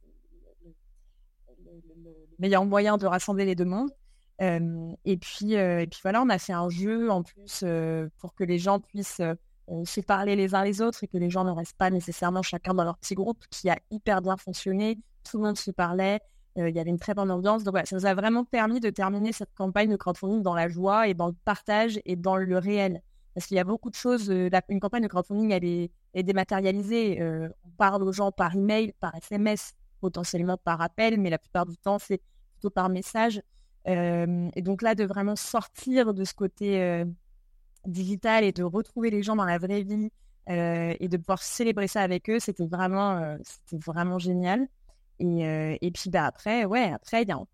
S2: meilleur moyen de rassembler les deux mondes. Et puis voilà, on a fait un jeu en plus pour que les gens puissent se parler les uns les autres et que les gens ne restent pas nécessairement chacun dans leur petit groupe, qui a hyper bien fonctionné. Tout le monde se parlait. Il y avait une très bonne ambiance. Donc voilà, ça nous a vraiment permis de terminer cette campagne de crowdfunding dans la joie et dans le partage et dans le réel. Parce qu'il y a beaucoup de choses. Une campagne de crowdfunding, elle est dématérialisée. On parle aux gens par email, par SMS, potentiellement par appel, mais la plupart du temps, c'est plutôt par message. Et donc là, de vraiment sortir de ce côté digital et de retrouver les gens dans la vraie vie et de pouvoir célébrer ça avec eux, c'était vraiment génial. Et puis après, il y a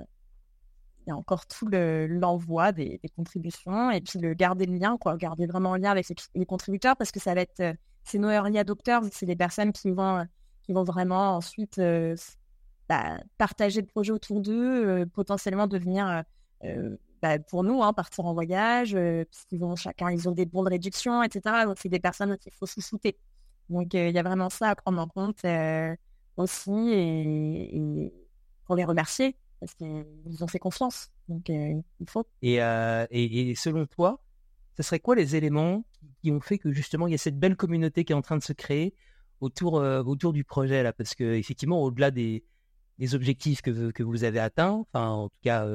S2: encore tout l'envoi des contributions et puis garder le lien, quoi, garder vraiment le lien avec les contributeurs, parce que ça va être c'est nos early adopters, c'est des personnes qui vont vraiment ensuite partager le projet autour d'eux, potentiellement devenir pour nous partir en voyage, puisqu'ils ils ont des bons de réduction, etc. Donc c'est des personnes qu'il faut sous-shooter. Donc il y a vraiment ça à prendre en compte aussi et pour les remercier parce qu'ils nous ont fait confiance. Donc il faut.
S1: Et selon toi, ce serait quoi les éléments qui ont fait que justement il y a cette belle communauté qui est en train de se créer autour du projet là? Parce que effectivement, au-delà des objectifs que vous avez atteints, enfin en tout cas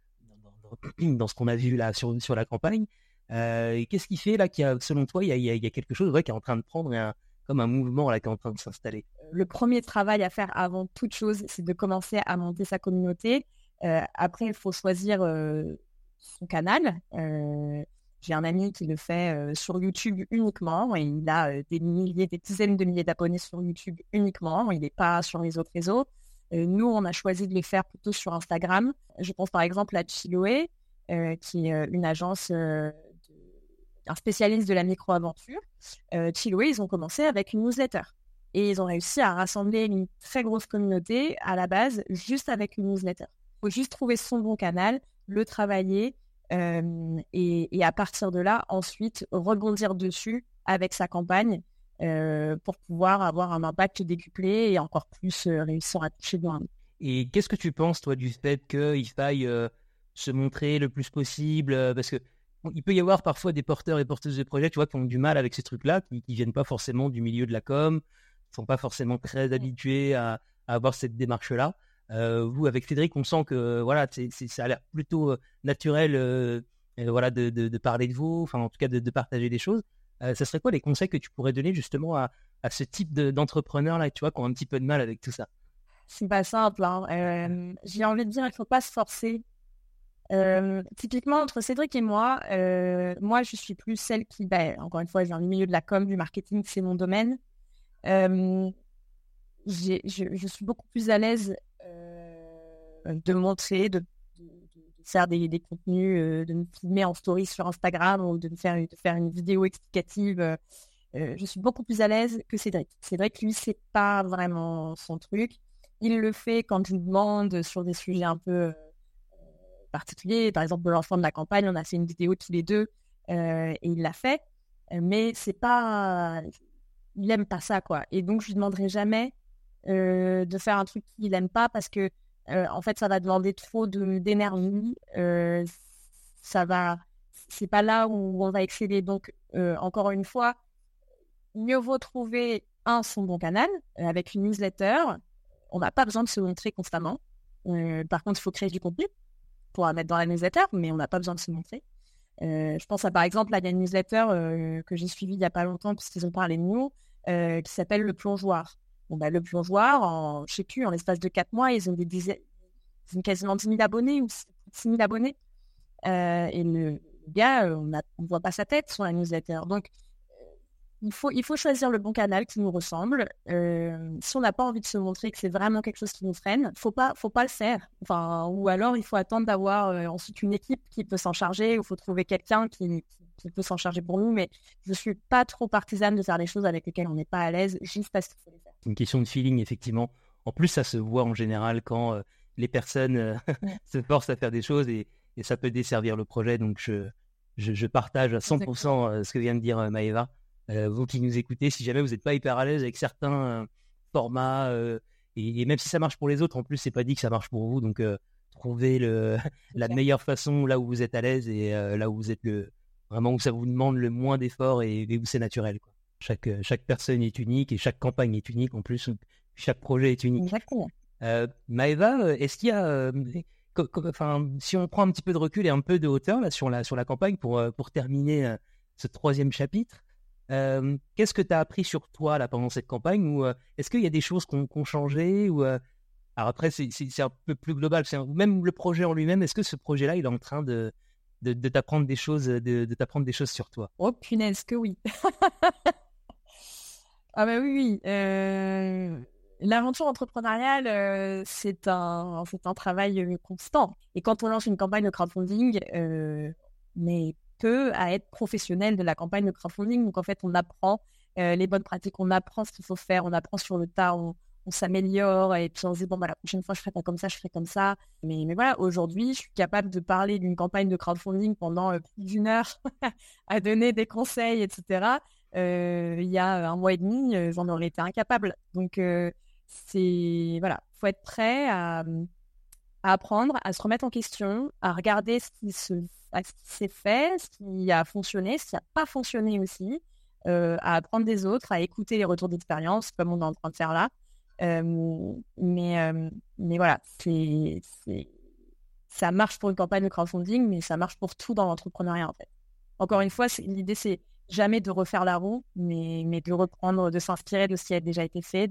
S1: dans ce qu'on a vu là sur la campagne, qu'est-ce qui fait là selon toi il y a quelque chose qui est en train de prendre comme un mouvement là qui est en train de s'installer?
S2: Le premier travail à faire avant toute chose, c'est de commencer à monter sa communauté. Après, il faut choisir son canal. J'ai un ami qui le fait sur YouTube uniquement et il a des dizaines de milliers d'abonnés sur YouTube uniquement. Il n'est pas sur les autres réseaux. Nous, on a choisi de les faire plutôt sur Instagram. Je pense par exemple à Chiloé, qui est une agence, un spécialiste de la micro-aventure. Chiloé, ils ont commencé avec une newsletter. Et ils ont réussi à rassembler une très grosse communauté à la base, juste avec une newsletter. Il faut juste trouver son bon canal, le travailler, et à partir de là, ensuite, rebondir dessus avec sa campagne pour pouvoir avoir un impact décuplé et encore plus réussir à toucher loin.
S1: Et qu'est-ce que tu penses, toi, du fait qu'il faille se montrer le plus possible parce que il peut y avoir parfois des porteurs et porteuses de projets, tu vois, qui ont du mal avec ces trucs-là, qui viennent pas forcément du milieu de la com, qui sont pas forcément très habitués à avoir cette démarche-là. Vous, avec Cédric, on sent que voilà, ça a l'air plutôt naturel voilà, de parler de vous, enfin en tout cas de partager des choses. Ça serait quoi les conseils que tu pourrais donner justement à ce type d'entrepreneurs-là, tu vois, qui ont un petit peu de mal avec tout ça?
S2: C'est pas simple, hein. J'ai envie de dire, il faut pas se forcer. Typiquement, entre Cédric et moi, je suis plus celle qui, encore une fois, je viens du milieu de la com, du marketing, c'est mon domaine. Je suis beaucoup plus à l'aise de montrer, de faire des contenus, de me filmer en story sur Instagram ou de faire une vidéo explicative. Je suis beaucoup plus à l'aise que Cédric. Cédric, lui, c'est pas vraiment son truc. Il le fait quand je lui demande sur des sujets un peu particuliers. Par exemple, le lancement de la campagne, on a fait une vidéo tous les deux et il l'a fait. Mais c'est pas... Il aime pas ça, quoi. Et donc, je lui demanderai jamais de faire un truc qu'il aime pas parce que en fait, ça va demander trop d'énergie. C'est pas là où on va exceller. Donc, encore une fois, mieux vaut trouver son bon canal avec une newsletter. On n'a pas besoin de se montrer constamment. Par contre, il faut créer du contenu pour la mettre dans la newsletter, mais on n'a pas besoin de se montrer. Je pense par exemple, il y a une newsletter que j'ai suivie il n'y a pas longtemps, puisqu'ils ont parlé de nous, qui s'appelle Le Plongeoir. Le Plongeoir, en l'espace de 4 mois, ils ont quasiment 10 000 abonnés ou 6 000 abonnés. Et le gars, on ne voit pas sa tête sur la newsletter. Donc, il faut choisir le bon canal qui nous ressemble. Si on n'a pas envie de se montrer que c'est vraiment quelque chose qui nous freine, faut pas le faire. Enfin, ou alors il faut attendre d'avoir ensuite une équipe qui peut s'en charger, ou il faut trouver quelqu'un qui peut s'en charger pour nous. Mais je suis pas trop partisane de faire des choses avec lesquelles on n'est pas à l'aise juste parce qu'il faut les faire.
S1: C'est une question de feeling, effectivement. En plus, ça se voit en général quand les personnes se forcent à faire des choses et ça peut desservir le projet. Donc, je partage à 100% ce que vient de dire Maëva. Vous qui nous écoutez, si jamais vous n'êtes pas hyper à l'aise avec certains formats, et même si ça marche pour les autres, en plus, c'est pas dit que ça marche pour vous. Donc, trouvez la meilleure façon là où vous êtes à l'aise et là où vous êtes vraiment où ça vous demande le moins d'efforts et où c'est naturel, quoi. Chaque personne est unique et chaque campagne est unique. En plus, chaque projet est unique.
S2: Exactement.
S1: Maëva, est-ce qu'il y a... si on prend un petit peu de recul et un peu de hauteur là, sur la campagne pour terminer ce 3e chapitre, qu'est-ce que tu as appris sur toi là, pendant cette campagne ou est-ce qu'il y a des choses qui ont changé ou, alors après, c'est un peu plus global. Même le projet en lui-même, est-ce que ce projet-là, il est en train de t'apprendre des choses, de t'apprendre des choses sur toi?
S2: Oh punaise, que oui. Ah bah oui. L'aventure entrepreneuriale, c'est un travail constant. Et quand on lance une campagne de crowdfunding, mais peu à être professionnel de la campagne de crowdfunding. Donc en fait, on apprend les bonnes pratiques, on apprend ce qu'il faut faire, on apprend sur le tas, on s'améliore et puis on se dit la prochaine fois je ferai pas comme ça, je ferai comme ça. Mais voilà, aujourd'hui, je suis capable de parler d'une campagne de crowdfunding pendant plus d'1 heure à donner des conseils, etc. Il y a 1 mois et demi, j'en aurais été incapable. Donc voilà, faut être prêt à apprendre, à se remettre en question, à regarder ce qui s'est fait, ce qui a fonctionné, ce qui n'a pas fonctionné aussi, à apprendre des autres, à écouter les retours d'expérience, comme on est en train de faire là. Mais voilà, ça marche pour une campagne de crowdfunding, mais ça marche pour tout dans l'entrepreneuriat en fait. Encore une fois, l'idée c'est jamais de refaire la roue, mais de reprendre, de s'inspirer de ce qui a déjà été fait,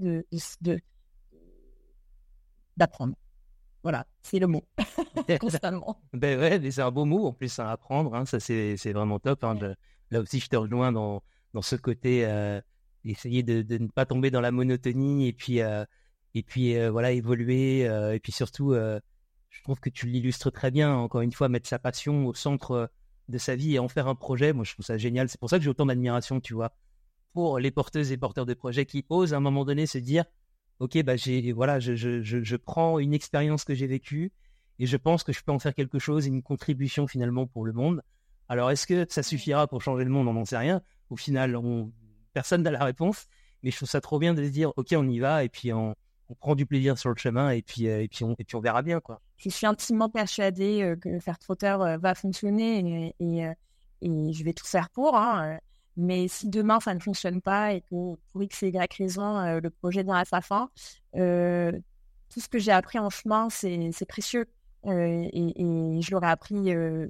S2: d'apprendre. Voilà, c'est le mot, constamment.
S1: Ben ouais, mais c'est un beau mot en plus à apprendre, hein. Ça c'est vraiment top, hein. Là aussi, je te rejoins dans ce côté, essayer de ne pas tomber dans la monotonie et puis voilà, évoluer. Et puis surtout, je trouve que tu l'illustres très bien. Encore une fois, mettre sa passion au centre de sa vie et en faire un projet, moi je trouve ça génial. C'est pour ça que j'ai autant d'admiration, tu vois, pour les porteuses et porteurs de projets qui osent à un moment donné se dire, ok, bah je prends une expérience que j'ai vécue et je pense que je peux en faire quelque chose, une contribution finalement pour le monde. Alors est-ce que ça suffira pour changer le monde? On n'en sait rien. Au final, personne n'a la réponse, mais je trouve ça trop bien de se dire, ok, on y va et puis on prend du plaisir sur le chemin et puis on verra bien, quoi.
S2: Je suis intimement persuadée que faire trotteur va fonctionner et je vais tout faire pour. Hein. Mais si demain ça ne fonctionne pas et que pour X et Y raison, le projet vient à sa fin, tout ce que j'ai appris en chemin, c'est précieux. Et je l'aurais appris,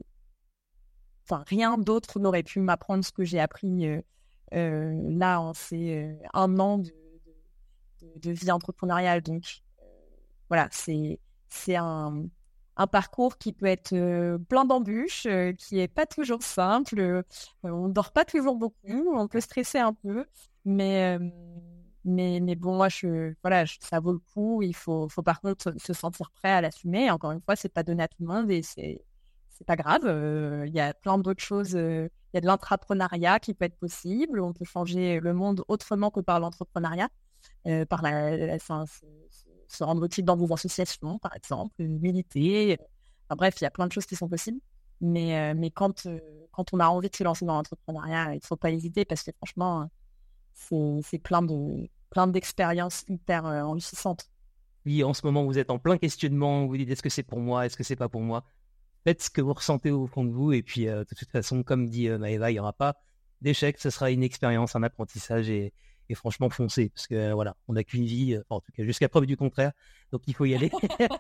S2: rien d'autre n'aurait pu m'apprendre ce que j'ai appris là en ces 1 an de vie entrepreneuriale. Donc, voilà, c'est un parcours qui peut être plein d'embûches, qui est pas toujours simple. On dort pas toujours beaucoup, on peut stresser un peu, mais bon, moi, ça vaut le coup. Il faut par contre se sentir prêt à l'assumer. Encore une fois, c'est pas donné à tout le monde et c'est pas grave. Il y a plein d'autres choses. Il y a de l'intrapreneuriat qui peut être possible. On peut changer le monde autrement que par l'entrepreneuriat. Par se rendre utile dans vos associations, par exemple, militer. Enfin, bref, il y a plein de choses qui sont possibles. Mais quand on a envie de se lancer dans l'entrepreneuriat, il ne faut pas hésiter parce que franchement, c'est plein d'expériences hyper enrichissantes.
S1: Oui, en ce moment, vous êtes en plein questionnement. Vous vous dites, est-ce que c'est pour moi? Est-ce que c'est pas pour moi? Faites ce que vous ressentez au fond de vous. Et puis, de toute façon, comme dit Maëva, il n'y aura pas d'échec. Ce sera une expérience, un apprentissage et franchement, foncez. Parce que voilà, on n'a qu'une vie, en tout cas, jusqu'à preuve du contraire. Donc, il faut y aller.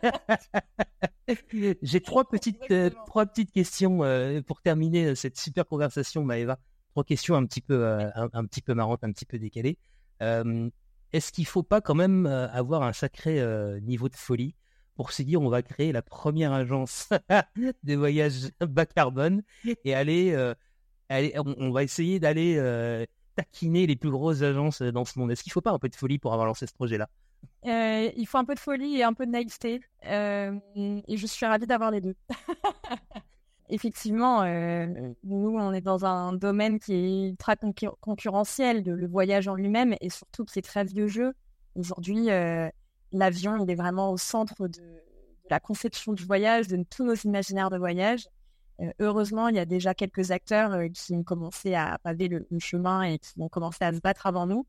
S1: J'ai trois petites questions pour terminer cette super conversation, Maëva. 3 questions un petit peu marrantes, un petit peu décalées. Est-ce qu'il ne faut pas quand même avoir un sacré niveau de folie pour se dire on va créer la première agence de voyage bas carbone et on va essayer d'aller taquiner les plus grosses agences dans ce monde? Est-ce qu'il ne faut pas un peu de folie pour avoir lancé ce projet-là?
S2: Il faut un peu de folie et un peu de naïveté. Et je suis ravie d'avoir les deux. Effectivement, nous, on est dans un domaine qui est ultra concurrentiel, le voyage en lui-même, et surtout que c'est très vieux jeu. Aujourd'hui, l'avion, il est vraiment au centre de la conception du voyage, de tous nos imaginaires de voyage. Heureusement, il y a déjà quelques acteurs qui ont commencé à paver le chemin et qui ont commencé à se battre avant nous.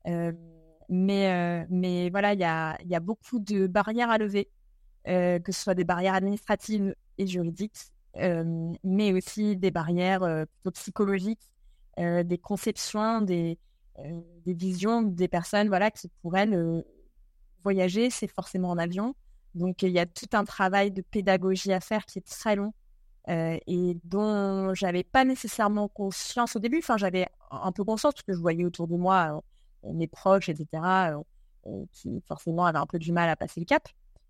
S2: Mais voilà, il y a beaucoup de barrières à lever, que ce soit des barrières administratives et juridiques, mais aussi des barrières plutôt psychologiques, des conceptions, des visions des personnes, voilà, qui pour elles, voyager, c'est forcément en avion. Donc, il y a tout un travail de pédagogie à faire qui est très long et dont j'avais pas nécessairement conscience au début. Enfin, j'avais un peu conscience parce que je voyais autour de moi mes proches, etc., qui forcément avaient un peu du mal à passer le cap.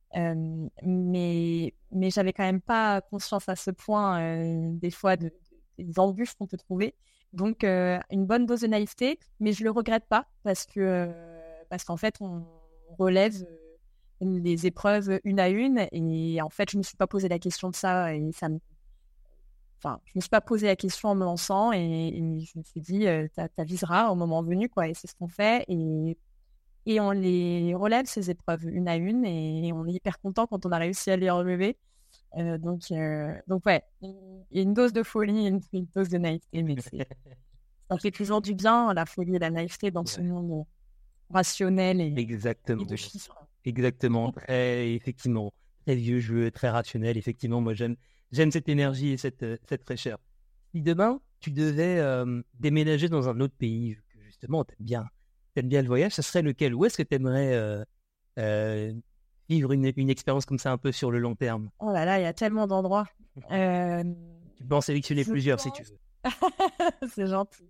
S2: Mais j'avais quand même pas conscience à ce point des fois des embûches qu'on peut trouver. Donc, une bonne dose de naïveté, mais je le regrette pas parce qu'en fait, on relève les épreuves une à une et en fait, je me suis pas posé la question de ça et je me suis pas posé la question en me lançant et je me suis dit, t'aviseras au moment venu, quoi. Et c'est ce qu'on fait et on les relève, ces épreuves, une à une, et on est hyper content quand on a réussi à les relever. Donc ouais, il y a une dose de folie et une dose de naïveté, mais ça fait toujours du bien, la folie et la naïveté dans ce monde rationnel et de chiffres.
S1: Exactement, effectivement, très vieux jeu, très rationnel. Effectivement, moi, j'aime cette énergie et cette fraîcheur. Si demain, tu devais déménager dans un autre pays, vu que justement, t'aimes bien le voyage, ça serait lequel? Où est-ce que tu aimerais vivre une expérience comme ça un peu sur le long terme?
S2: Oh là là, il y a tellement d'endroits.
S1: Tu peux en sélectionner plusieurs si tu veux.
S2: C'est gentil.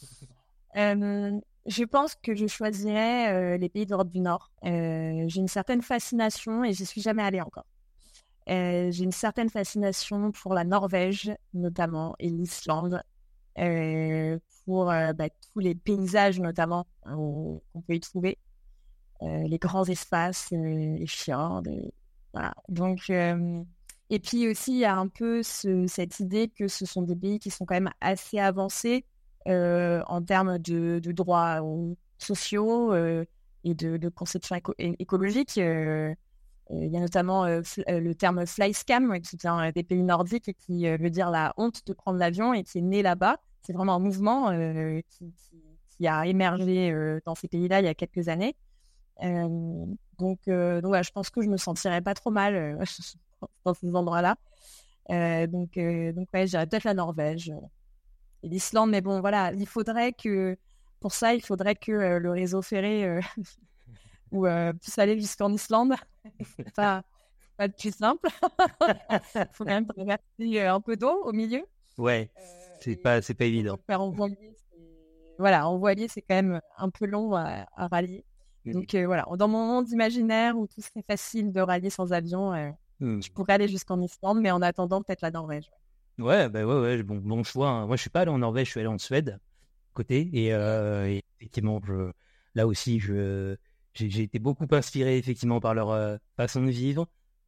S2: Je pense que je choisirais les pays d'Europe du Nord. J'ai une certaine fascination et j'y suis jamais allée encore. J'ai une certaine fascination pour la Norvège notamment et l'Islande. Pour tous les paysages notamment qu'on peut y trouver, les grands espaces, les fjords, Voilà. Donc, et puis aussi, il y a un peu cette idée que ce sont des pays qui sont quand même assez avancés en termes de droits sociaux et de conception écologique. Il y a notamment le terme fly scam qui vient des pays nordiques et qui veut dire la honte de prendre l'avion et qui est né là-bas. C'est vraiment un mouvement qui a émergé dans ces pays-là il y a quelques années. Donc ouais, je pense que je me sentirais pas trop mal dans ces endroits-là. Donc ouais, j'irais peut-être la Norvège et l'Islande. Mais bon, voilà, pour ça, il faudrait que le réseau ferré puisse aller jusqu'en Islande. C'est pas le plus simple. Il faut quand même traverser un peu d'eau au milieu.
S1: Ouais, c'est pas évident.
S2: Faire en voilier, voilà, en voilier, c'est quand même un peu long à rallier. Donc voilà, dans mon monde imaginaire où tout serait facile de rallier sans avion, je pourrais aller jusqu'en Islande, mais en attendant, peut-être la Norvège.
S1: Ouais, bah ouais, bon choix, hein. Moi, je suis pas allé en Norvège, je suis allé en Suède, côté, et effectivement, là aussi, j'ai été beaucoup inspiré, effectivement, par leur façon de vivre,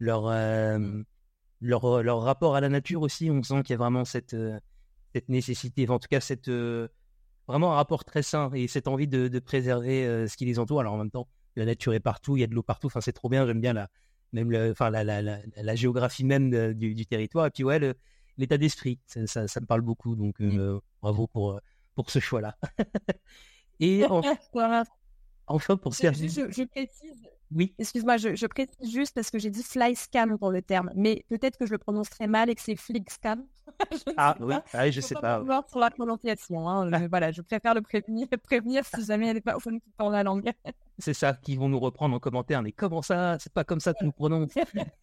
S1: leur rapport à la nature aussi. On sent qu'il y a vraiment cette nécessité, enfin, en tout cas, vraiment un rapport très sain et cette envie de préserver ce qui les entoure. Alors, en même temps, la nature est partout, il y a de l'eau partout, enfin, c'est trop bien, j'aime bien la géographie même du territoire. Et puis, ouais, l'état d'esprit, ça me parle beaucoup, donc bravo pour ce choix-là. Et enfin, pour servir...
S2: Je précise,
S1: Oui.
S2: excuse-moi, je précise juste parce que j'ai dit fly scam pour le terme, mais peut-être que je le prononce très mal et que c'est flick scam.
S1: Oui, je sais pas.
S2: Voir sur la prononciation, hein. Voilà, je préfère le prévenir si jamais il y a des personnes qui parlent la langue.
S1: C'est ça, qui vont nous reprendre en commentaire, mais comment ça? C'est pas comme ça que nous prononce.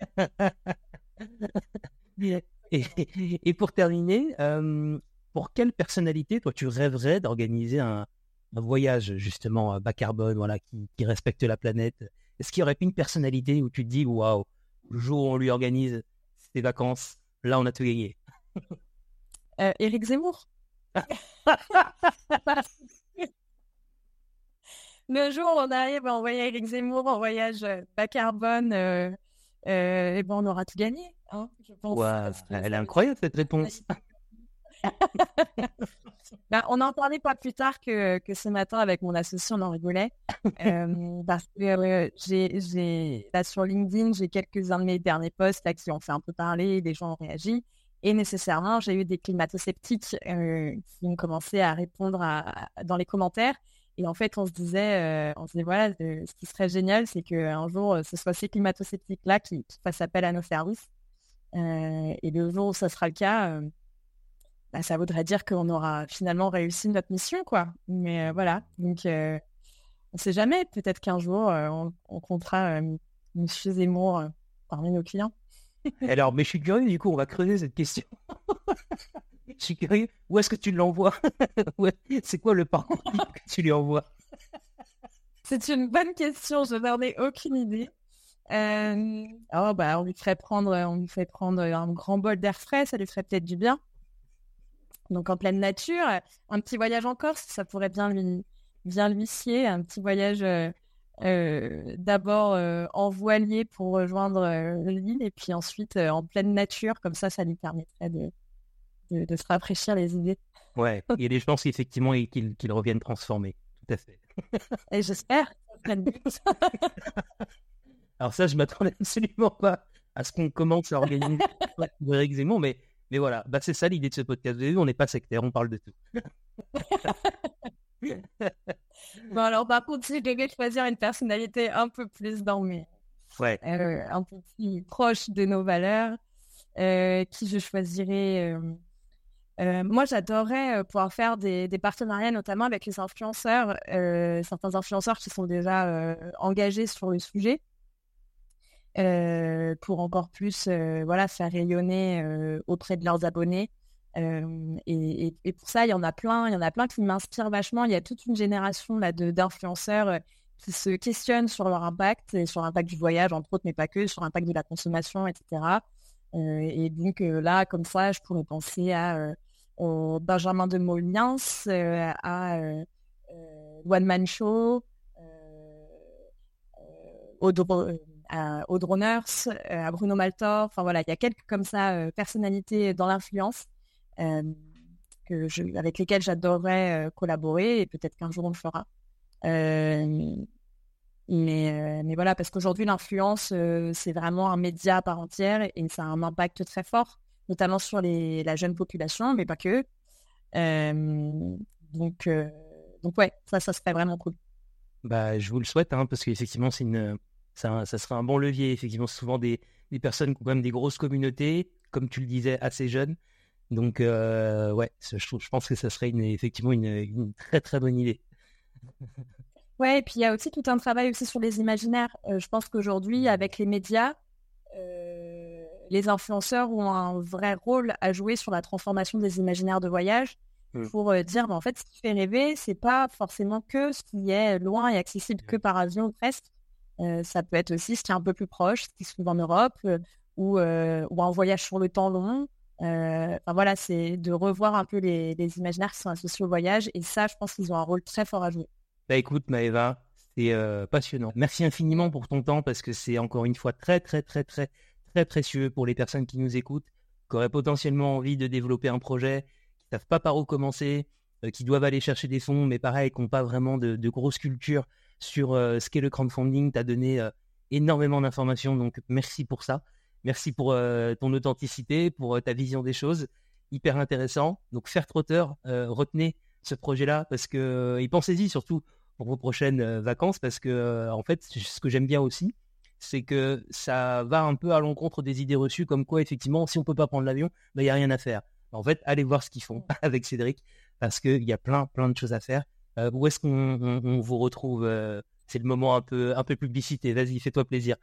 S1: Et pour terminer, pour quelle personnalité, toi, tu rêverais d'organiser un voyage, justement, bas carbone, voilà, qui respecte la planète? Est-ce qu'il y aurait une personnalité où tu te dis, waouh, le jour où on lui organise ses vacances, là, on a tout gagné?
S2: Éric Zemmour. Le jour où on arrive à envoyer Éric Zemmour en voyage bas carbone, et ben on aura tout gagné, hein, je pense.
S1: Wow, elle est incroyable cette réponse.
S2: On en parlait pas plus tard que ce matin avec mon associé, on en rigolait. Parce que là sur LinkedIn, j'ai quelques-uns de mes derniers posts là, qui ont fait un peu parler, des gens ont réagi. Et nécessairement, j'ai eu des climato-sceptiques qui ont commencé à répondre dans les commentaires. Et en fait, on se disait voilà, ce qui serait génial, c'est qu'un jour, ce soit ces climato-sceptiques-là qui fassent appel à nos services. Et le jour où ça sera le cas, ça voudrait dire qu'on aura finalement réussi notre mission, quoi. Mais voilà, donc on ne sait jamais. Peut-être qu'un jour, on comptera Monsieur Zemmour parmi nos clients.
S1: Alors, mais je suis curieux, du coup, on va creuser cette question. Je suis curieux, où est-ce que tu l'envoies? C'est quoi le parcours que tu lui envoies?
S2: C'est une bonne question, je n'en ai aucune idée. On lui ferait prendre un grand bol d'air frais, ça lui ferait peut-être du bien. Donc en pleine nature, un petit voyage en Corse, ça pourrait bien lui sied, un petit voyage d'abord en voilier pour rejoindre l'île et puis ensuite en pleine nature, comme ça lui permettrait de se rafraîchir les idées.
S1: Ouais, il y a des chances effectivement qu'il revienne transformé, tout à fait.
S2: Et j'espère.
S1: Alors ça, je m'attendais absolument pas à ce qu'on commence à organiser Éric Zemmour, mais voilà, c'est ça l'idée de ce podcast. Vous avez vu, on n'est pas sectaire, on parle de tout.
S2: Bon alors par contre, si je devais choisir une personnalité un peu plus dans un peu plus proche de nos valeurs, qui je choisirais moi, j'adorerais pouvoir faire des partenariats, notamment avec les influenceurs, certains influenceurs qui sont déjà engagés sur le sujet, pour encore plus faire rayonner auprès de leurs abonnés. Et pour ça, il y en a plein qui m'inspirent vachement. Il y a toute une génération là, d'influenceurs qui se questionnent sur leur impact, et sur l'impact du voyage, entre autres, mais pas que, sur l'impact de la consommation, etc. Et donc là, comme ça, je pourrais penser à Benjamin de Moliens, à One Man Show, à Audrey Runners, à Bruno Maltor. Enfin voilà, il y a quelques comme ça personnalités dans l'influence avec lesquelles j'adorerais collaborer et peut-être qu'un jour on le fera. Mais voilà, parce qu'aujourd'hui l'influence c'est vraiment un média à part entière et ça a un impact très fort, notamment sur la jeune population, mais pas que. Donc ouais, ça serait vraiment cool.
S1: Bah, je vous le souhaite, hein, parce qu'effectivement, ça serait un bon levier. Effectivement, souvent des personnes qui ont quand même des grosses communautés, comme tu le disais, assez jeunes. Donc, ouais, je pense que ça serait effectivement une très très bonne idée.
S2: Ouais, et puis il y a aussi tout un travail aussi sur les imaginaires. Je pense qu'aujourd'hui, avec les médias, les influenceurs ont un vrai rôle à jouer sur la transformation des imaginaires de voyage pour dire, en fait, ce qui fait rêver, c'est pas forcément que ce qui est loin et accessible que par avion presque. Ça peut être aussi ce qui est un peu plus proche, ce qui se trouve en Europe ou un voyage sur le temps long. Enfin, voilà, c'est de revoir un peu les imaginaires qui sont associés au voyage. Et ça, je pense qu'ils ont un rôle très fort à jouer.
S1: Bah écoute Maëva, c'est passionnant. Merci infiniment pour ton temps parce que c'est encore une fois très très très très très précieux pour les personnes qui nous écoutent, qui auraient potentiellement envie de développer un projet, qui ne savent pas par où commencer, qui doivent aller chercher des fonds, mais pareil, qui n'ont pas vraiment de grosse culture sur ce qu'est le crowdfunding. Tu as donné énormément d'informations, donc merci pour ça. Merci pour ton authenticité, pour ta vision des choses. Hyper intéressant. Donc Fairtrotter, retenez ce projet-là parce que, et pensez-y surtout pour vos prochaines vacances parce que, en fait, ce que j'aime bien aussi, c'est que ça va un peu à l'encontre des idées reçues comme quoi, effectivement, si on ne peut pas prendre l'avion, il n'y a rien à faire. En fait, allez voir ce qu'ils font avec Cédric parce qu'il y a plein de choses à faire. Où est-ce qu'on vous retrouve c'est le moment un peu publicité. Vas-y, fais-toi plaisir.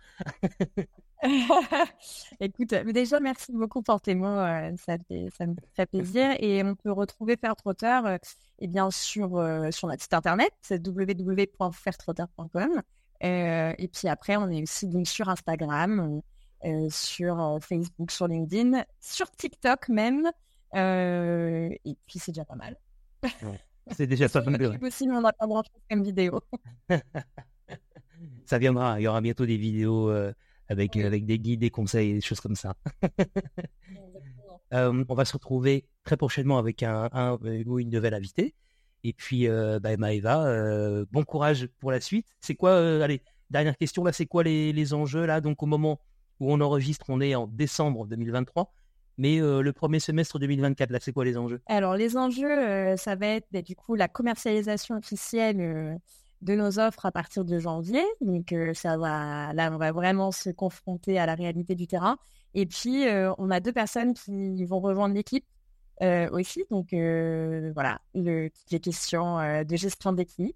S2: Écoute, déjà, merci beaucoup pour tes mots. Ça me fait plaisir. Et on peut retrouver Fairtrotter sur notre site internet, c'est www.fairtrotter.com. Et puis après, on est aussi donc, sur Instagram, sur Facebook, sur LinkedIn, sur TikTok même. Et puis, c'est déjà pas mal.
S1: Ouais. C'est déjà pas mal.
S2: YouTube aussi, mais on n'a pas grand chose comme vidéo.
S1: Ça viendra. Il y aura bientôt des vidéos avec des guides, des conseils, des choses comme ça. On va se retrouver très prochainement avec une nouvelle invitée. Et puis, Maëva, bon courage pour la suite. C'est quoi, allez, dernière question, là, c'est quoi les enjeux, là? Donc, au moment où on enregistre, on est en décembre 2023. Mais le premier semestre 2024, là, c'est quoi les enjeux?
S2: Alors, les enjeux, ça va être du coup la commercialisation officielle de nos offres à partir de janvier. Donc, on va vraiment se confronter à la réalité du terrain. Et puis, on a 2 personnes qui vont rejoindre l'équipe aussi. Donc, voilà, les questions de gestion d'équipe,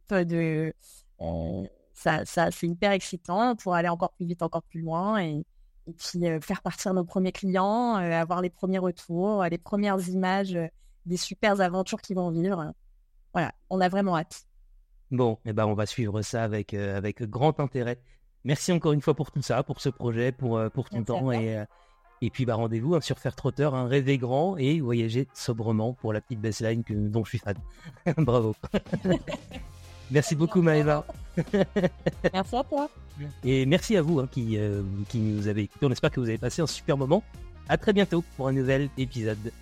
S2: ça c'est hyper excitant pour aller encore plus vite, encore plus loin. Et puis faire partir nos premiers clients, avoir les premiers retours, les premières images des super aventures qu'ils vont vivre. Voilà, on a vraiment hâte.
S1: Bon, on va suivre ça avec grand intérêt. Merci encore une fois pour tout ça, pour ce projet, pour ton temps. Et puis rendez-vous sur Fairtrotter, rêver grand et voyager sobrement pour la petite baseline dont je suis fan. Bravo. Merci beaucoup Maëva.
S2: Merci à toi.
S1: Et merci à vous qui nous avez écoutés. On espère que vous avez passé un super moment. À très bientôt pour un nouvel épisode.